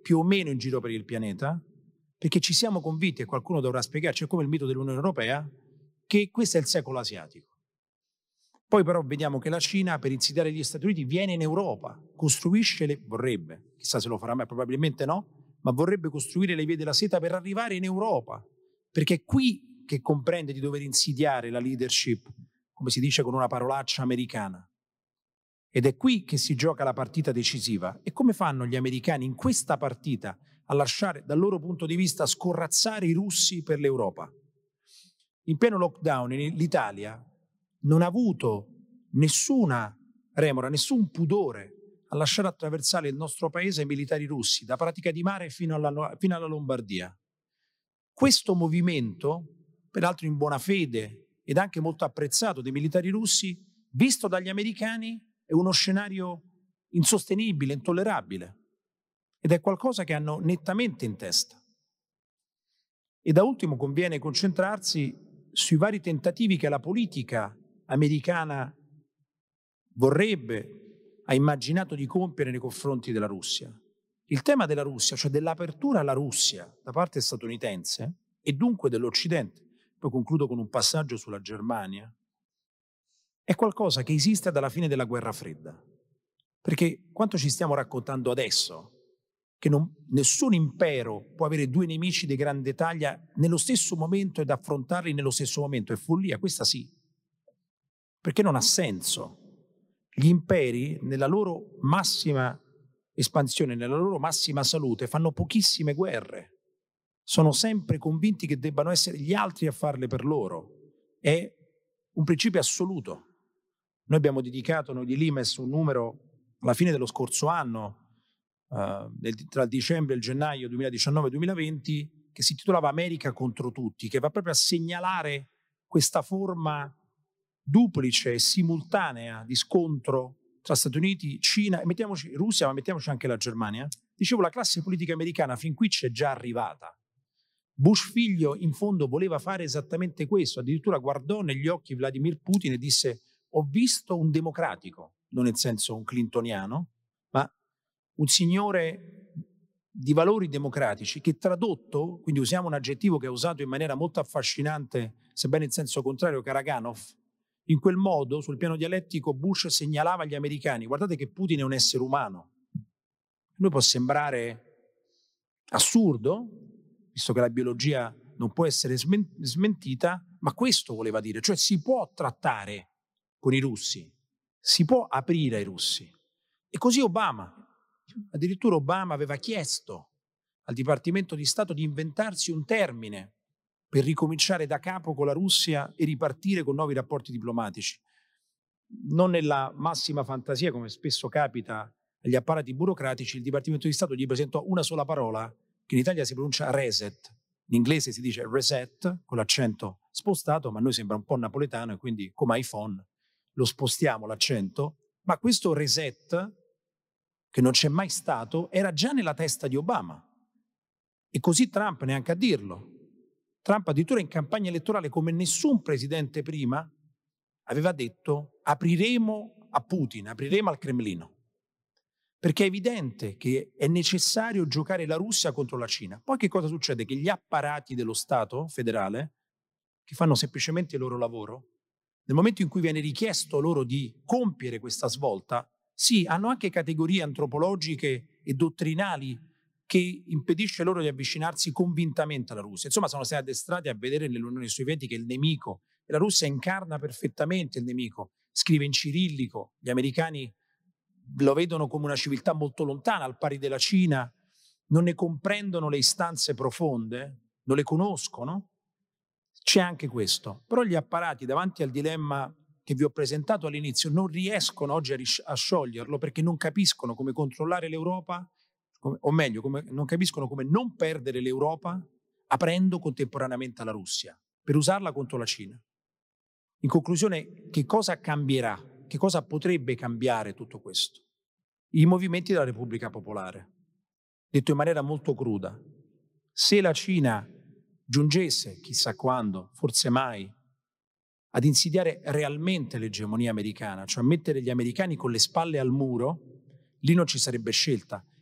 più o meno in giro per il pianeta, perché ci siamo convinti, e qualcuno dovrà spiegarci, è come il mito dell'Unione Europea, che questo è il secolo asiatico. Poi però vediamo che la Cina, per insidiare gli Stati Uniti, viene in Europa, vorrebbe, chissà se lo farà mai, probabilmente no, ma vorrebbe costruire le vie della seta per arrivare in Europa, perché è qui che comprende di dover insidiare la leadership, come si dice con una parolaccia, americana. Ed è qui che si gioca la partita decisiva. E come fanno gli americani in questa partita a lasciare, dal loro punto di vista, scorrazzare i russi per l'Europa? In pieno lockdown l'Italia non ha avuto nessuna remora, nessun pudore a lasciare attraversare il nostro paese i militari russi, da Pratica di Mare fino alla Lombardia. Questo movimento, peraltro in buona fede ed anche molto apprezzato dai militari russi, visto dagli americani, è uno scenario insostenibile, intollerabile. Ed è qualcosa che hanno nettamente in testa. E da ultimo conviene concentrarsi sui vari tentativi che la politica americana ha immaginato di compiere nei confronti della Russia. Il tema della Russia, cioè dell'apertura alla Russia da parte statunitense e dunque dell'Occidente, poi concludo con un passaggio sulla Germania, è qualcosa che esiste dalla fine della Guerra Fredda. Perché quanto ci stiamo raccontando adesso, che nessun impero può avere due nemici di grande taglia nello stesso momento ed affrontarli nello stesso momento, è follia, questa sì. Perché non ha senso. Gli imperi, nella loro massima espansione, nella loro massima salute, fanno pochissime guerre. Sono sempre convinti che debbano essere gli altri a farle per loro. È un principio assoluto. Noi abbiamo dedicato, noi di Limes, un numero alla fine dello scorso anno, tra il dicembre e il gennaio 2019-2020, che si titolava America contro tutti, che va proprio a segnalare questa forma duplice e simultanea di scontro tra Stati Uniti, Cina e mettiamoci Russia, ma mettiamoci anche la Germania. Dicevo, la classe politica americana fin qui c'è già arrivata. Bush figlio in fondo voleva fare esattamente questo, addirittura guardò negli occhi Vladimir Putin e disse: ho visto un democratico, non nel senso un clintoniano, ma un signore di valori democratici che tradotto, quindi usiamo un aggettivo che ha usato in maniera molto affascinante, sebbene in senso contrario, Karaganov, in quel modo, sul piano dialettico, Bush segnalava agli americani: guardate che Putin è un essere umano. A noi può sembrare assurdo, visto che la biologia non può essere smentita, ma questo voleva dire, cioè si può trattare con i russi, si può aprire ai russi. E così addirittura Obama aveva chiesto al Dipartimento di Stato di inventarsi un termine per ricominciare da capo con la Russia e ripartire con nuovi rapporti diplomatici. Non nella massima fantasia, come spesso capita agli apparati burocratici, il Dipartimento di Stato gli presentò una sola parola, che in Italia si pronuncia reset, in inglese si dice reset, con l'accento spostato, ma a noi sembra un po' napoletano e quindi come iPhone lo spostiamo l'accento, ma questo reset, che non c'è mai stato, era già nella testa di Obama. E così Trump, neanche a dirlo. Trump addirittura in campagna elettorale, come nessun presidente prima, aveva detto: apriremo a Putin, apriremo al Cremlino. Perché è evidente che è necessario giocare la Russia contro la Cina. Poi che cosa succede? Che gli apparati dello Stato federale, che fanno semplicemente il loro lavoro, nel momento in cui viene richiesto loro di compiere questa svolta, sì, hanno anche categorie antropologiche e dottrinali che impedisce loro di avvicinarsi convintamente alla Russia. Insomma, sono stati addestrati a vedere nell'Unione Sovietica il nemico, e la Russia incarna perfettamente il nemico. Scrive in cirillico, gli americani lo vedono come una civiltà molto lontana, al pari della Cina, non ne comprendono le istanze profonde, non le conoscono. C'è anche questo. Però gli apparati, davanti al dilemma che vi ho presentato all'inizio, non riescono oggi a scioglierlo, perché non capiscono come controllare l'Europa, o meglio, non capiscono come non perdere l'Europa aprendo contemporaneamente alla Russia, per usarla contro la Cina. In conclusione, che cosa cambierà? Che cosa potrebbe cambiare tutto questo? I movimenti della Repubblica Popolare. Detto in maniera molto cruda, se la Cina giungesse, chissà quando, forse mai, ad insidiare realmente l'egemonia americana, cioè a mettere gli americani con le spalle al muro, lì non ci sarebbe scelta,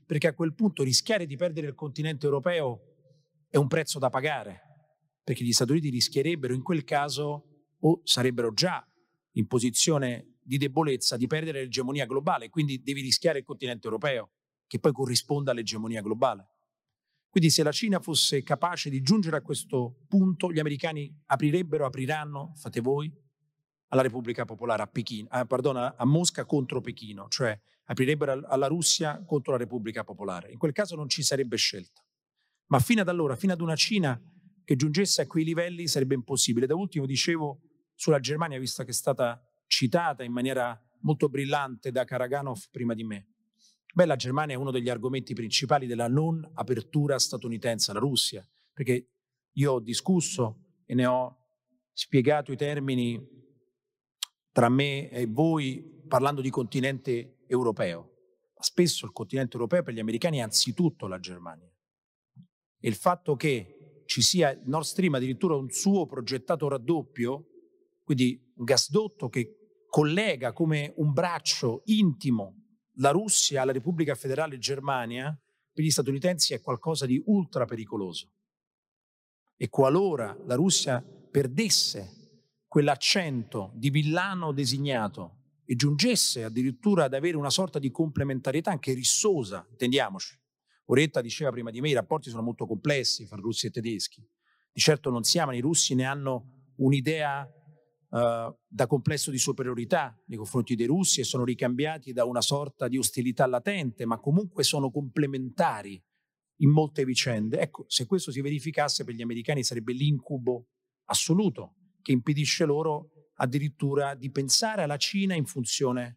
perché a quel punto rischiare di perdere il continente europeo è un prezzo da pagare, perché gli Stati Uniti rischierebbero in quel caso, o sarebbero già in posizione di debolezza, di perdere l'egemonia globale, quindi devi rischiare il continente europeo, che poi corrisponda all'egemonia globale. Quindi se la Cina fosse capace di giungere a questo punto, gli americani apriranno, fate voi, alla Repubblica Popolare a Mosca contro Pechino, cioè aprirebbero alla Russia contro la Repubblica Popolare. In quel caso non ci sarebbe scelta. Ma fino ad allora, fino ad una Cina che giungesse a quei livelli, sarebbe impossibile. Da ultimo dicevo sulla Germania, visto che è stata citata in maniera molto brillante da Karaganov prima di me. Beh, la Germania è uno degli argomenti principali della non apertura statunitense alla Russia, perché io ho discusso e ne ho spiegato i termini tra me e voi parlando di continente europeo. Spesso il continente europeo per gli americani è anzitutto la Germania. E il fatto che ci sia il Nord Stream addirittura un suo progettato raddoppio, quindi un gasdotto che collega come un braccio intimo la Russia alla Repubblica Federale Germania, per gli statunitensi è qualcosa di ultra pericoloso. E qualora la Russia perdesse quell'accento di villano designato e giungesse addirittura ad avere una sorta di complementarietà anche rissosa, intendiamoci. Oretta diceva prima di me, i rapporti sono molto complessi fra russi e tedeschi. Di certo non si amano, i russi ne hanno un'idea da complesso di superiorità nei confronti dei russi e sono ricambiati da una sorta di ostilità latente, ma comunque sono complementari in molte vicende. Ecco, se questo si verificasse per gli americani sarebbe l'incubo assoluto che impedisce loro addirittura di pensare alla Cina in funzione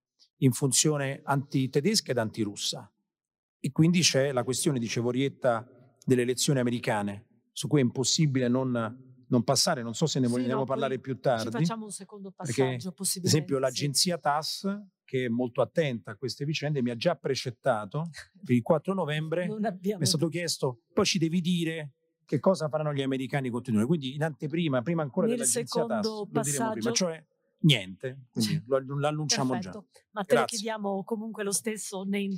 antitedesca ed antirussa. E quindi c'è la questione, dicevo Orietta, delle elezioni americane, su cui è impossibile non passare. Non so se ne vogliamo parlare più tardi. Ci facciamo un secondo passaggio, perché, ad esempio, l'agenzia TASS, che è molto attenta a queste vicende, mi ha già precettato per il 4 novembre. Mi è stato chiesto, poi ci devi dire che cosa faranno gli americani continuare. Quindi in anteprima, prima ancora dell'agenzia TASS, lo diremo prima, cioè niente, quindi lo annunciamo. Perfetto. Già. Ma te le chiediamo comunque lo stesso nei...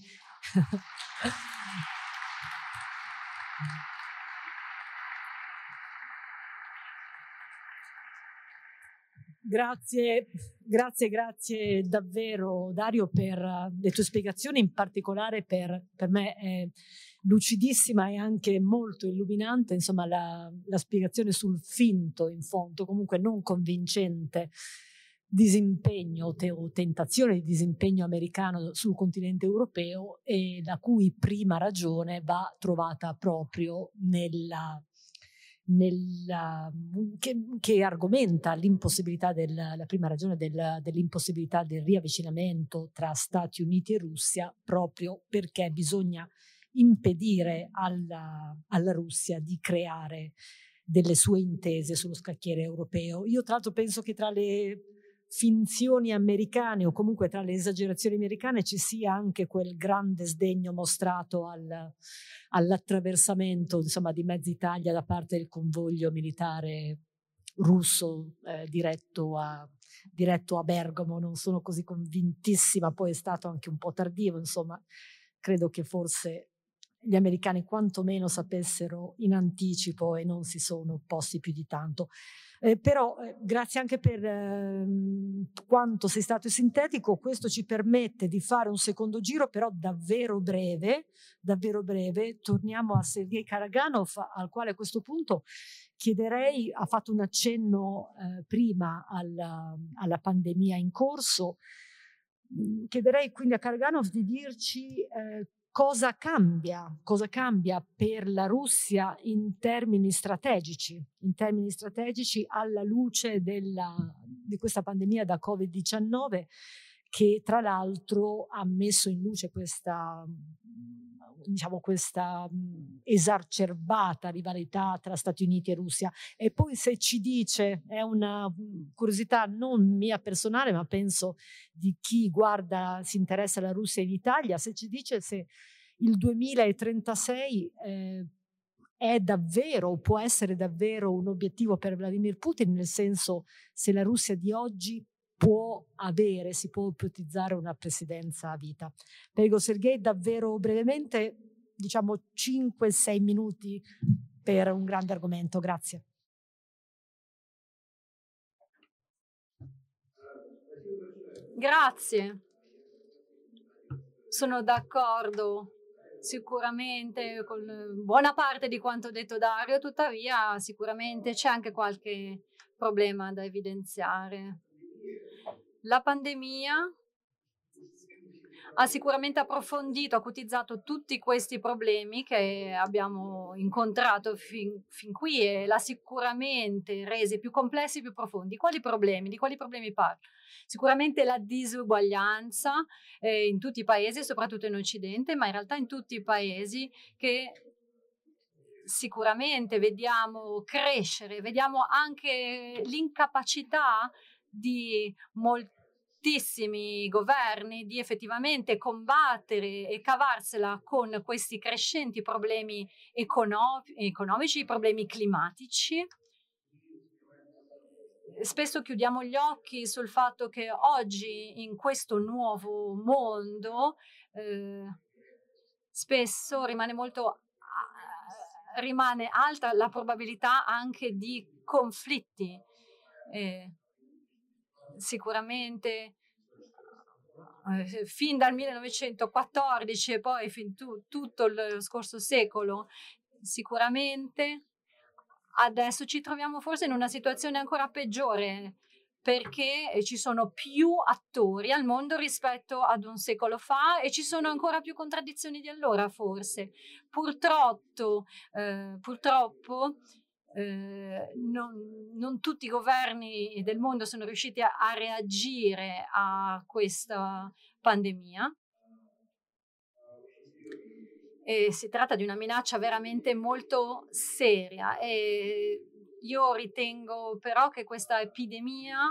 Grazie davvero Dario per le tue spiegazioni, in particolare per me è lucidissima e anche molto illuminante, insomma la spiegazione sul finto, in fondo, comunque non convincente disimpegno o tentazione di disimpegno americano sul continente europeo, e la cui prima ragione va trovata proprio che argomenta l'impossibilità la prima ragione dell'impossibilità del riavvicinamento tra Stati Uniti e Russia, proprio perché bisogna impedire alla Russia di creare delle sue intese sullo scacchiere europeo. Io tra l'altro penso che tra le finzioni americane o comunque tra le esagerazioni americane ci sia anche quel grande sdegno mostrato all'attraversamento, insomma, di mezza Italia da parte del convoglio militare russo diretto a Bergamo. Non sono così convintissima, poi è stato anche un po' tardivo, insomma credo che forse gli americani quantomeno sapessero in anticipo e non si sono opposti più di tanto. Però grazie anche per quanto sei stato sintetico. Questo ci permette di fare un secondo giro, però davvero breve. Torniamo a Sergei Karaganov, al quale a questo punto chiederei, ha fatto un accenno prima alla pandemia in corso, chiederei quindi a Karaganov di dirci cosa cambia per la Russia in termini strategici alla luce di questa pandemia da Covid-19, che tra l'altro ha messo in luce questa esacerbata rivalità tra Stati Uniti e Russia. E poi se ci dice, è una curiosità non mia personale, ma penso di chi si interessa alla Russia in Italia, se ci dice se il 2036 è davvero, può essere davvero un obiettivo per Vladimir Putin, nel senso, se la Russia di oggi si può ipotizzare una presidenza a vita. Prego Sergei, davvero brevemente, diciamo 5-6 minuti per un grande argomento. Grazie. Grazie. Sono d'accordo sicuramente con buona parte di quanto detto Dario, tuttavia sicuramente c'è anche qualche problema da evidenziare. La pandemia ha sicuramente approfondito, acutizzato tutti questi problemi che abbiamo incontrato fin qui e l'ha sicuramente resi più complessi e più profondi. Quali problemi? Di quali problemi parlo? Sicuramente la disuguaglianza in tutti i paesi, soprattutto in Occidente, ma in realtà in tutti i paesi, che sicuramente vediamo crescere, vediamo anche l'incapacità di moltissimi governi di effettivamente combattere e cavarsela con questi crescenti problemi economici, problemi climatici. Spesso chiudiamo gli occhi sul fatto che oggi in questo nuovo mondo spesso rimane alta la probabilità anche di conflitti. Sicuramente fin dal 1914 e poi tutto il scorso secolo, sicuramente adesso ci troviamo forse in una situazione ancora peggiore, perché ci sono più attori al mondo rispetto ad un secolo fa e ci sono ancora più contraddizioni di allora, forse. Purtroppo non tutti i governi del mondo sono riusciti a reagire a questa pandemia. E si tratta di una minaccia veramente molto seria e io ritengo però che questa epidemia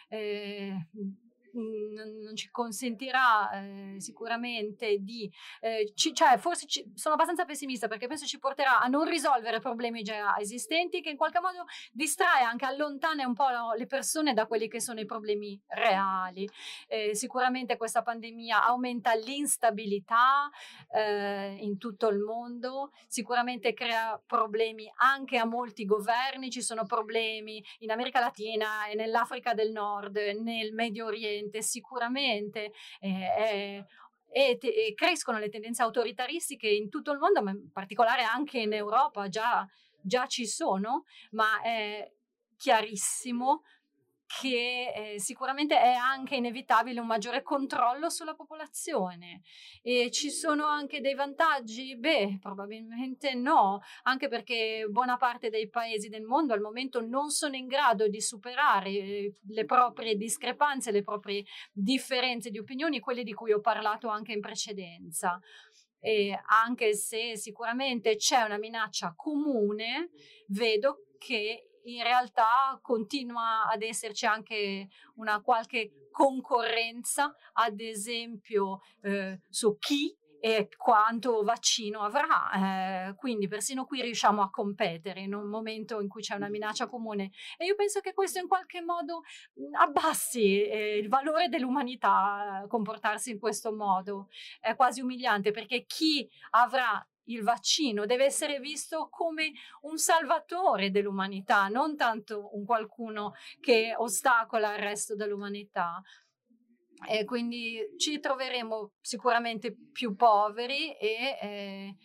non ci consentirà sicuramente di sono abbastanza pessimista perché penso ci porterà a non risolvere problemi già esistenti, che in qualche modo distrae, anche allontana un po' le persone da quelli che sono i problemi reali. Sicuramente questa pandemia aumenta l'instabilità in tutto il mondo, sicuramente crea problemi anche a molti governi, ci sono problemi in America Latina e nell'Africa del Nord, nel Medio Oriente, sicuramente e crescono le tendenze autoritaristiche in tutto il mondo, ma in particolare anche in Europa già ci sono, ma è chiarissimo che sicuramente è anche inevitabile un maggiore controllo sulla popolazione. E ci sono anche dei vantaggi? Beh, probabilmente no, anche perché buona parte dei paesi del mondo al momento non sono in grado di superare le proprie discrepanze, le proprie differenze di opinioni, quelle di cui ho parlato anche in precedenza. E anche se sicuramente c'è una minaccia comune, vedo che in realtà continua ad esserci anche una qualche concorrenza, ad esempio su chi e quanto vaccino avrà, quindi persino qui riusciamo a competere in un momento in cui c'è una minaccia comune e io penso che questo in qualche modo abbassi il valore dell'umanità, comportarsi in questo modo è quasi umiliante, perché chi avrà il vaccino deve essere visto come un salvatore dell'umanità, non tanto un qualcuno che ostacola il resto dell'umanità. E quindi ci troveremo sicuramente più poveri e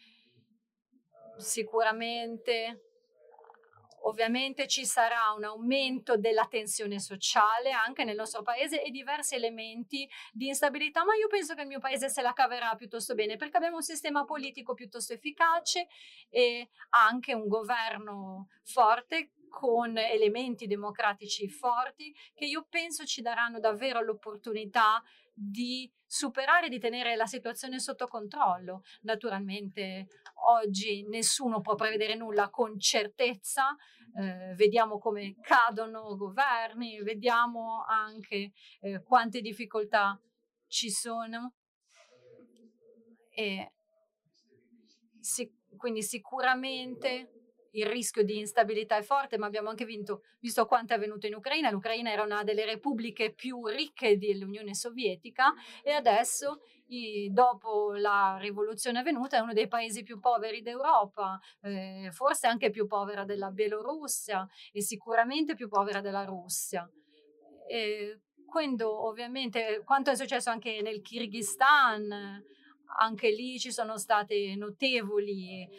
sicuramente ovviamente ci sarà un aumento della tensione sociale anche nel nostro paese e diversi elementi di instabilità, ma io penso che il mio paese se la caverà piuttosto bene perché abbiamo un sistema politico piuttosto efficace e anche un governo forte con elementi democratici forti che io penso ci daranno davvero l'opportunità di superare e di tenere la situazione sotto controllo. Naturalmente oggi nessuno può prevedere nulla con certezza, vediamo come cadono governi, vediamo anche quante difficoltà ci sono e quindi sicuramente il rischio di instabilità è forte, ma abbiamo anche visto quanto è avvenuto in Ucraina. L'Ucraina era una delle repubbliche più ricche dell'Unione Sovietica e adesso, dopo la rivoluzione avvenuta, è uno dei paesi più poveri d'Europa, forse anche più povera della Bielorussia e sicuramente più povera della Russia. Quindi ovviamente quanto è successo anche nel Kirghizistan, anche lì ci sono state notevoli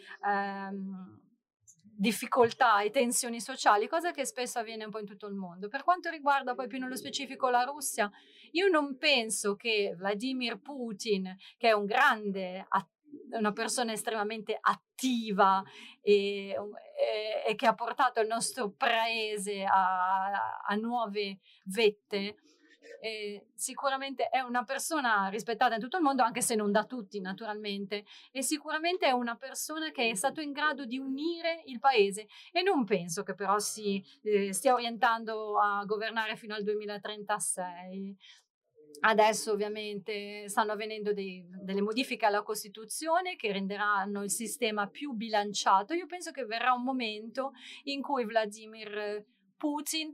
difficoltà e tensioni sociali, cosa che spesso avviene un po' in tutto il mondo. Per quanto riguarda poi più nello specifico la Russia, io non penso che Vladimir Putin, che è una persona estremamente attiva e che ha portato il nostro paese a nuove vette, sicuramente è una persona rispettata in tutto il mondo, anche se non da tutti naturalmente, e sicuramente è una persona che è stato in grado di unire il paese, e non penso che però si stia orientando a governare fino al 2036. Adesso ovviamente stanno avvenendo delle modifiche alla Costituzione che renderanno il sistema più bilanciato. Io penso che verrà un momento in cui Vladimir Putin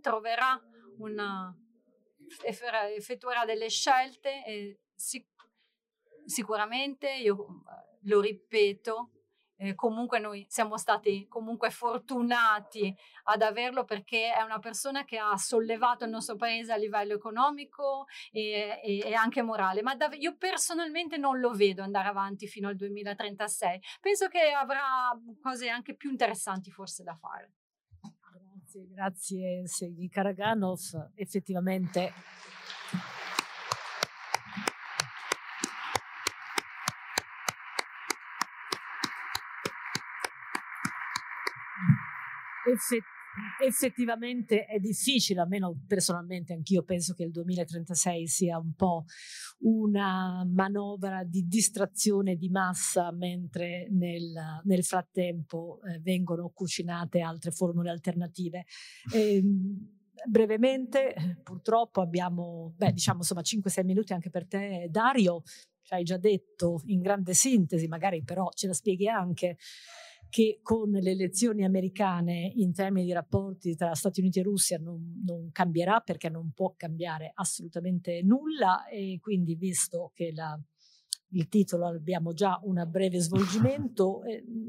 effettuerà delle scelte e sicuramente, io lo ripeto, comunque noi siamo stati comunque fortunati ad averlo, perché è una persona che ha sollevato il nostro paese a livello economico e anche morale, ma io personalmente non lo vedo andare avanti fino al 2036. Penso che avrà cose anche più interessanti forse da fare. Grazie Sergei Karaganov, effettivamente effettivamente è difficile, almeno personalmente anch'io penso che il 2036 sia un po' una manovra di distrazione di massa, mentre nel frattempo vengono cucinate altre formule alternative. Brevemente, purtroppo abbiamo, diciamo insomma 5-6 minuti anche per te, Dario. Ci hai già detto in grande sintesi, magari però ce la spieghi anche, che con le elezioni americane in termini di rapporti tra Stati Uniti e Russia non cambierà, perché non può cambiare assolutamente nulla, e quindi, visto che il titolo abbiamo già un breve svolgimento,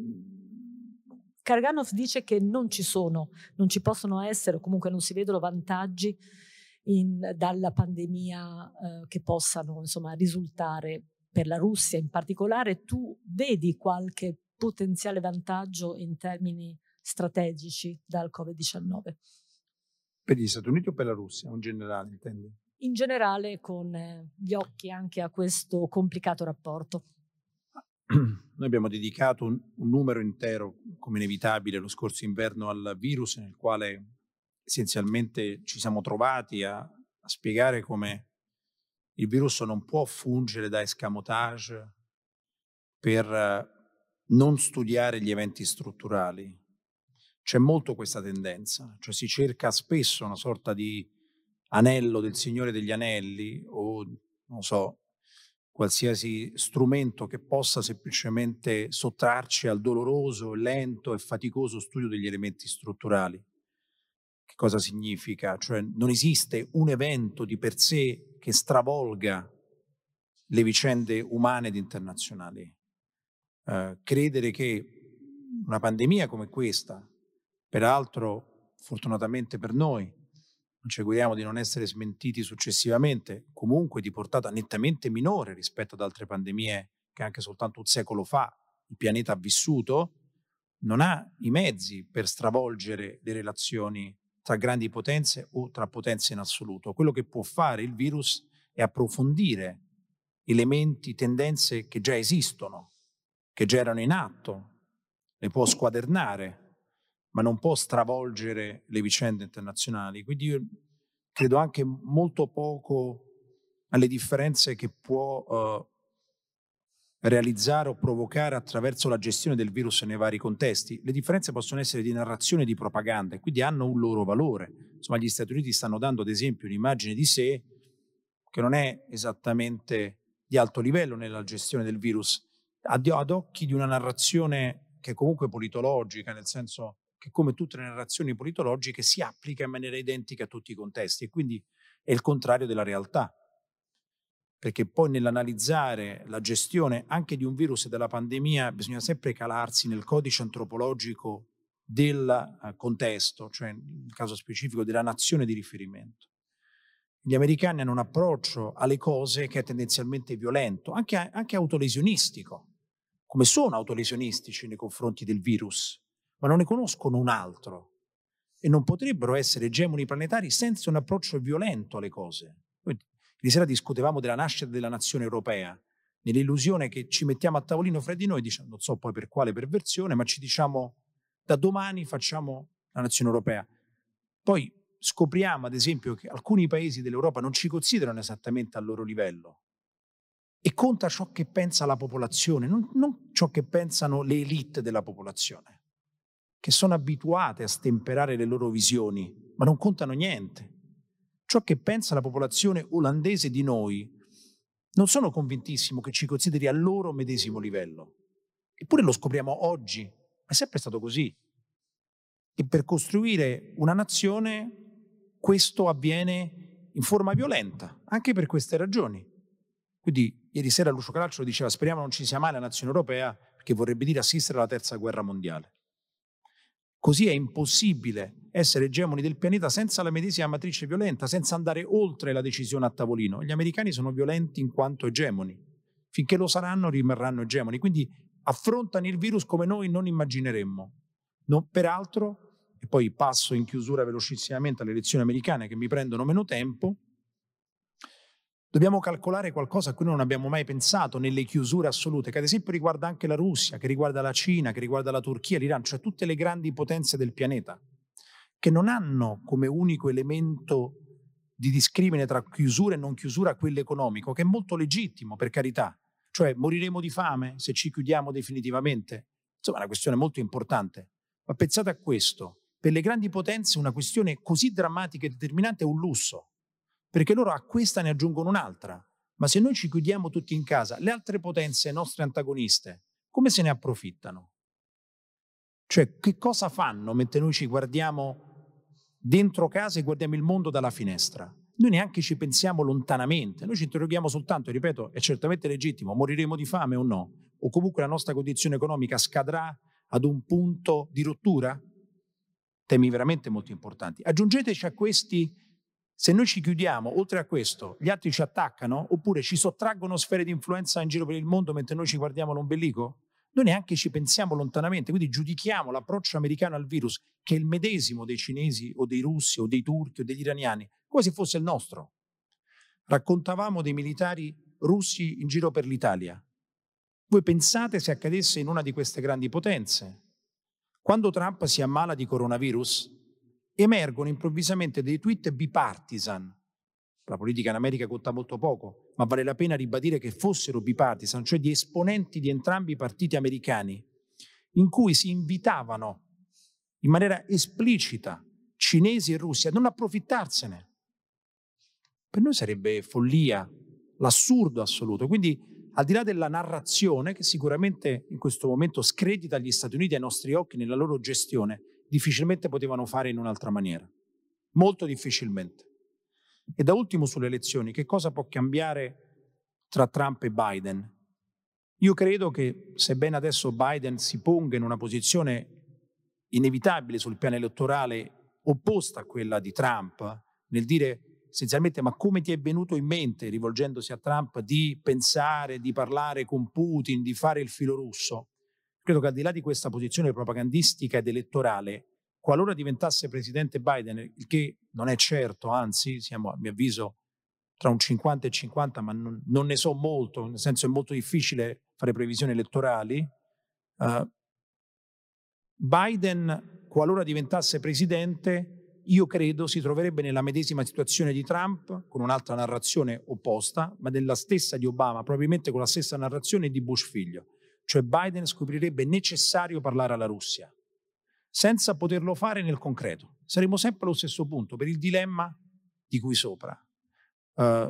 Karaganov dice che non ci possono essere, o comunque non si vedono vantaggi dalla pandemia che possano insomma risultare per la Russia in particolare. Tu vedi qualche potenziale vantaggio in termini strategici dal Covid-19? Per gli Stati Uniti o per la Russia? In generale, intendi? In generale, con gli occhi anche a questo complicato rapporto. Noi abbiamo dedicato un numero intero, come inevitabile, lo scorso inverno al virus, nel quale essenzialmente ci siamo trovati a spiegare come il virus non può fungere da escamotage per non studiare gli eventi strutturali. C'è molto questa tendenza, cioè si cerca spesso una sorta di anello del Signore degli Anelli, o non so, qualsiasi strumento che possa semplicemente sottrarci al doloroso, lento e faticoso studio degli elementi strutturali. Che cosa significa? Cioè non esiste un evento di per sé che stravolga le vicende umane ed internazionali. Credere che una pandemia come questa, peraltro fortunatamente per noi, non ci auguriamo di non essere smentiti successivamente, comunque di portata nettamente minore rispetto ad altre pandemie che anche soltanto un secolo fa il pianeta ha vissuto, non ha i mezzi per stravolgere le relazioni tra grandi potenze o tra potenze in assoluto. Quello che può fare il virus è approfondire elementi, tendenze che già esistono, che già erano in atto, le può squadernare, ma non può stravolgere le vicende internazionali. Quindi io credo anche molto poco alle differenze che può realizzare o provocare attraverso la gestione del virus nei vari contesti. Le differenze possono essere di narrazione e di propaganda, e quindi hanno un loro valore. Insomma, gli Stati Uniti stanno dando ad esempio un'immagine di sé che non è esattamente di alto livello nella gestione del virus, ad occhi di una narrazione che è comunque politologica, nel senso che, come tutte le narrazioni politologiche, si applica in maniera identica a tutti i contesti e quindi è il contrario della realtà. Perché poi nell'analizzare la gestione anche di un virus e della pandemia bisogna sempre calarsi nel codice antropologico del contesto, cioè nel caso specifico della nazione di riferimento. Gli americani hanno un approccio alle cose che è tendenzialmente violento, anche autolesionistico, come sono autolesionistici nei confronti del virus, ma non ne conoscono un altro e non potrebbero essere egemoni planetari senza un approccio violento alle cose. Ieri sera discutevamo della nascita della nazione europea, nell'illusione che ci mettiamo a tavolino fra di noi, diciamo, non so poi per quale perversione, ma ci diciamo da domani facciamo la nazione europea. Poi scopriamo ad esempio che alcuni paesi dell'Europa non ci considerano esattamente al loro livello e conta ciò che pensa la popolazione, non ciò che pensano le elite della popolazione, che sono abituate a stemperare le loro visioni, ma non contano niente. Ciò che pensa la popolazione olandese di noi, non sono convintissimo che ci consideri al loro medesimo livello. Eppure lo scopriamo oggi, ma è sempre stato così. E per costruire una nazione questo avviene in forma violenta, anche per queste ragioni. Quindi ieri sera Lucio Caracciolo diceva: speriamo non ci sia mai la nazione europea, perché vorrebbe dire assistere alla terza guerra mondiale. Così è impossibile essere egemoni del pianeta senza la medesima matrice violenta, senza andare oltre la decisione a tavolino. Gli americani sono violenti in quanto egemoni. Finché lo saranno, rimarranno egemoni. Quindi affrontano il virus come noi non immagineremmo. Peraltro, e poi passo in chiusura velocissimamente alle elezioni americane che mi prendono meno tempo, dobbiamo calcolare qualcosa a cui non abbiamo mai pensato nelle chiusure assolute, che ad esempio riguarda anche la Russia, che riguarda la Cina, che riguarda la Turchia, l'Iran, cioè tutte le grandi potenze del pianeta, che non hanno come unico elemento di discrimine tra chiusura e non chiusura quello economico, che è molto legittimo, per carità. Cioè moriremo di fame se ci chiudiamo definitivamente? Insomma è una questione molto importante. Ma pensate a questo, per le grandi potenze una questione così drammatica e determinante è un lusso, perché loro a questa ne aggiungono un'altra. Ma se noi ci chiudiamo tutti in casa, le altre potenze nostre antagoniste, come se ne approfittano? Cioè, che cosa fanno mentre noi ci guardiamo dentro casa e guardiamo il mondo dalla finestra? Noi neanche ci pensiamo lontanamente, noi ci interroghiamo soltanto, ripeto, è certamente legittimo, moriremo di fame o no? O comunque la nostra condizione economica scadrà ad un punto di rottura? Temi veramente molto importanti. Aggiungeteci a questi: se noi ci chiudiamo, oltre a questo, gli altri ci attaccano oppure ci sottraggono sfere di influenza in giro per il mondo mentre noi ci guardiamo l'ombelico? Noi neanche ci pensiamo lontanamente, quindi giudichiamo l'approccio americano al virus, che è il medesimo dei cinesi o dei russi o dei turchi o degli iraniani, come se fosse il nostro. Raccontavamo dei militari russi in giro per l'Italia. Voi pensate se accadesse in una di queste grandi potenze? Quando Trump si ammala di coronavirus, emergono improvvisamente dei tweet bipartisan. La politica in America conta molto poco, ma vale la pena ribadire che fossero bipartisan, cioè di esponenti di entrambi i partiti americani, in cui si invitavano in maniera esplicita cinesi e russi a non approfittarsene. Per noi sarebbe follia, l'assurdo assoluto. Quindi, al di là della narrazione, che sicuramente in questo momento scredita gli Stati Uniti ai nostri occhi nella loro gestione, difficilmente potevano fare in un'altra maniera. Molto difficilmente. E da ultimo sulle elezioni, che cosa può cambiare tra Trump e Biden? Io credo che, sebbene adesso Biden si ponga in una posizione inevitabile sul piano elettorale opposta a quella di Trump, nel dire essenzialmente: ma come ti è venuto in mente, rivolgendosi a Trump, di pensare, di parlare con Putin, di fare il filo russo? Credo che al di là di questa posizione propagandistica ed elettorale, qualora diventasse presidente Biden, il che non è certo, anzi siamo a mio avviso tra un 50 e 50, ma non ne so molto, nel senso è molto difficile fare previsioni elettorali, Biden, qualora diventasse presidente, io credo si troverebbe nella medesima situazione di Trump, con un'altra narrazione opposta, ma della stessa di Obama, probabilmente con la stessa narrazione di Bush figlio. Cioè Biden scoprirebbe necessario parlare alla Russia, senza poterlo fare nel concreto. Saremo sempre allo stesso punto, per il dilemma di cui sopra.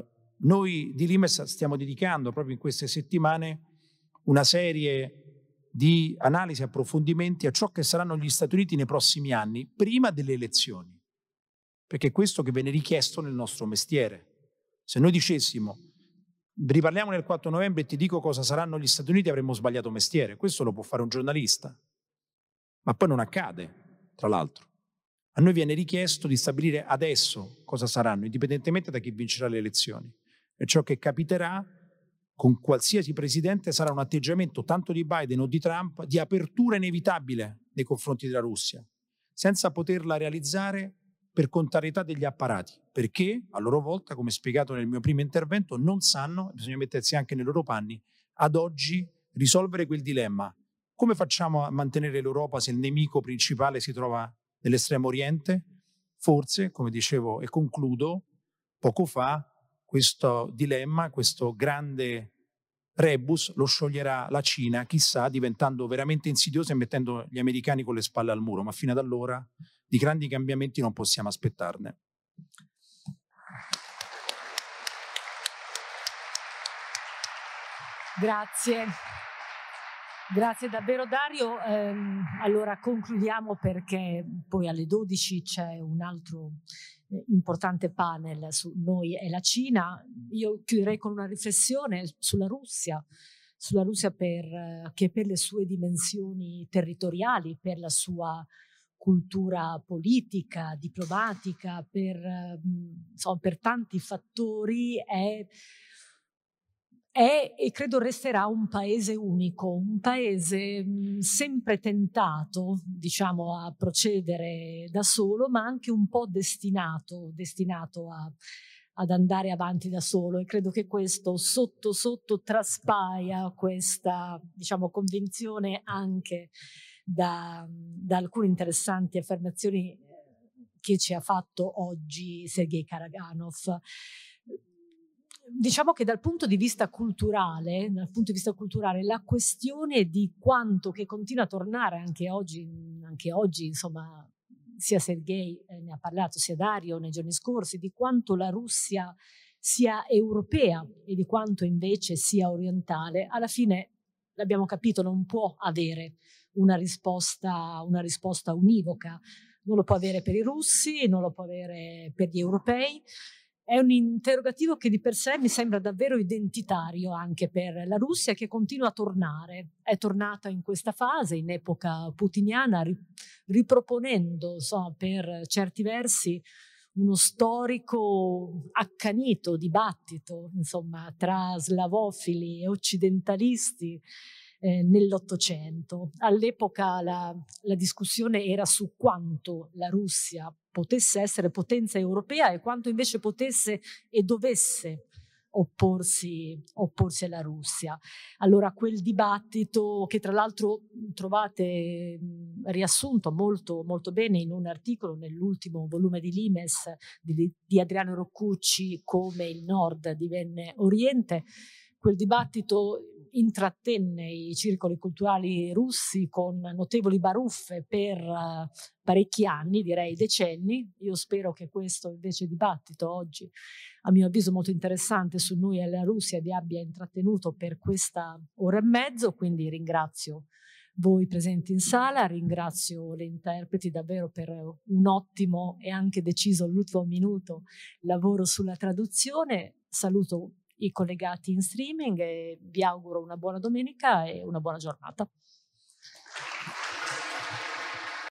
Noi di Limes stiamo dedicando proprio in queste settimane una serie di analisi e approfondimenti a ciò che saranno gli Stati Uniti nei prossimi anni, prima delle elezioni, perché è questo che viene richiesto nel nostro mestiere. Se noi dicessimo riparliamo nel 4 novembre e ti dico cosa saranno gli Stati Uniti, avremmo sbagliato mestiere. Questo lo può fare un giornalista, ma poi non accade, tra l'altro. A noi viene richiesto di stabilire adesso cosa saranno, indipendentemente da chi vincerà le elezioni. E ciò che capiterà con qualsiasi presidente sarà un atteggiamento tanto di Biden o di Trump di apertura inevitabile nei confronti della Russia, senza poterla realizzare per contrarietà degli apparati, perché a loro volta, come spiegato nel mio primo intervento, non sanno, bisogna mettersi anche nei loro panni, ad oggi risolvere quel dilemma. Come facciamo a mantenere l'Europa se il nemico principale si trova nell'estremo oriente? Forse, come dicevo e concludo, poco fa questo dilemma, questo grande rebus lo scioglierà la Cina, chissà, diventando veramente insidiosa e mettendo gli americani con le spalle al muro, ma fino ad allora di grandi cambiamenti non possiamo aspettarne. Grazie. Grazie davvero Dario. Allora concludiamo perché poi alle 12 c'è un altro importante panel su noi e la Cina. Io chiuderei con una riflessione sulla Russia che per le sue dimensioni territoriali, per la sua cultura politica, diplomatica, per tanti fattori è e credo resterà un paese unico, un paese sempre tentato, diciamo, a procedere da solo, ma anche un po' destinato ad andare avanti da solo, e credo che questo sotto traspaia questa, diciamo, convinzione anche da alcune interessanti affermazioni che ci ha fatto oggi Sergei Karaganov. Diciamo che dal punto di vista culturale, la questione di quanto, che continua a tornare anche oggi, insomma, sia Sergei ne ha parlato, sia Dario nei giorni scorsi, di quanto la Russia sia europea e di quanto invece sia orientale, alla fine l'abbiamo capito, non può avere una risposta univoca, non lo può avere per i russi, non lo può avere per gli europei. È un interrogativo che di per sé mi sembra davvero identitario anche per la Russia, che continua a tornare. È tornata in questa fase, in epoca putiniana, riproponendo, per certi versi, uno storico accanito dibattito, insomma, tra slavofili e occidentalisti nell'Ottocento. All'epoca la discussione era su quanto la Russia potesse essere potenza europea e quanto invece potesse e dovesse opporsi alla Russia. Allora quel dibattito, che tra l'altro trovate riassunto molto, molto bene in un articolo nell'ultimo volume di Limes di Adriano Roccucci, Come il Nord divenne Oriente, quel dibattito intrattenne i circoli culturali russi con notevoli baruffe per parecchi anni, direi decenni. Io spero che questo invece dibattito oggi, a mio avviso molto interessante, su noi e la Russia vi abbia intrattenuto per questa ora e mezzo, quindi ringrazio voi presenti in sala, ringrazio le interpreti davvero per un ottimo e anche deciso all'ultimo minuto lavoro sulla traduzione. Saluto i collegati in streaming e vi auguro una buona domenica e una buona giornata.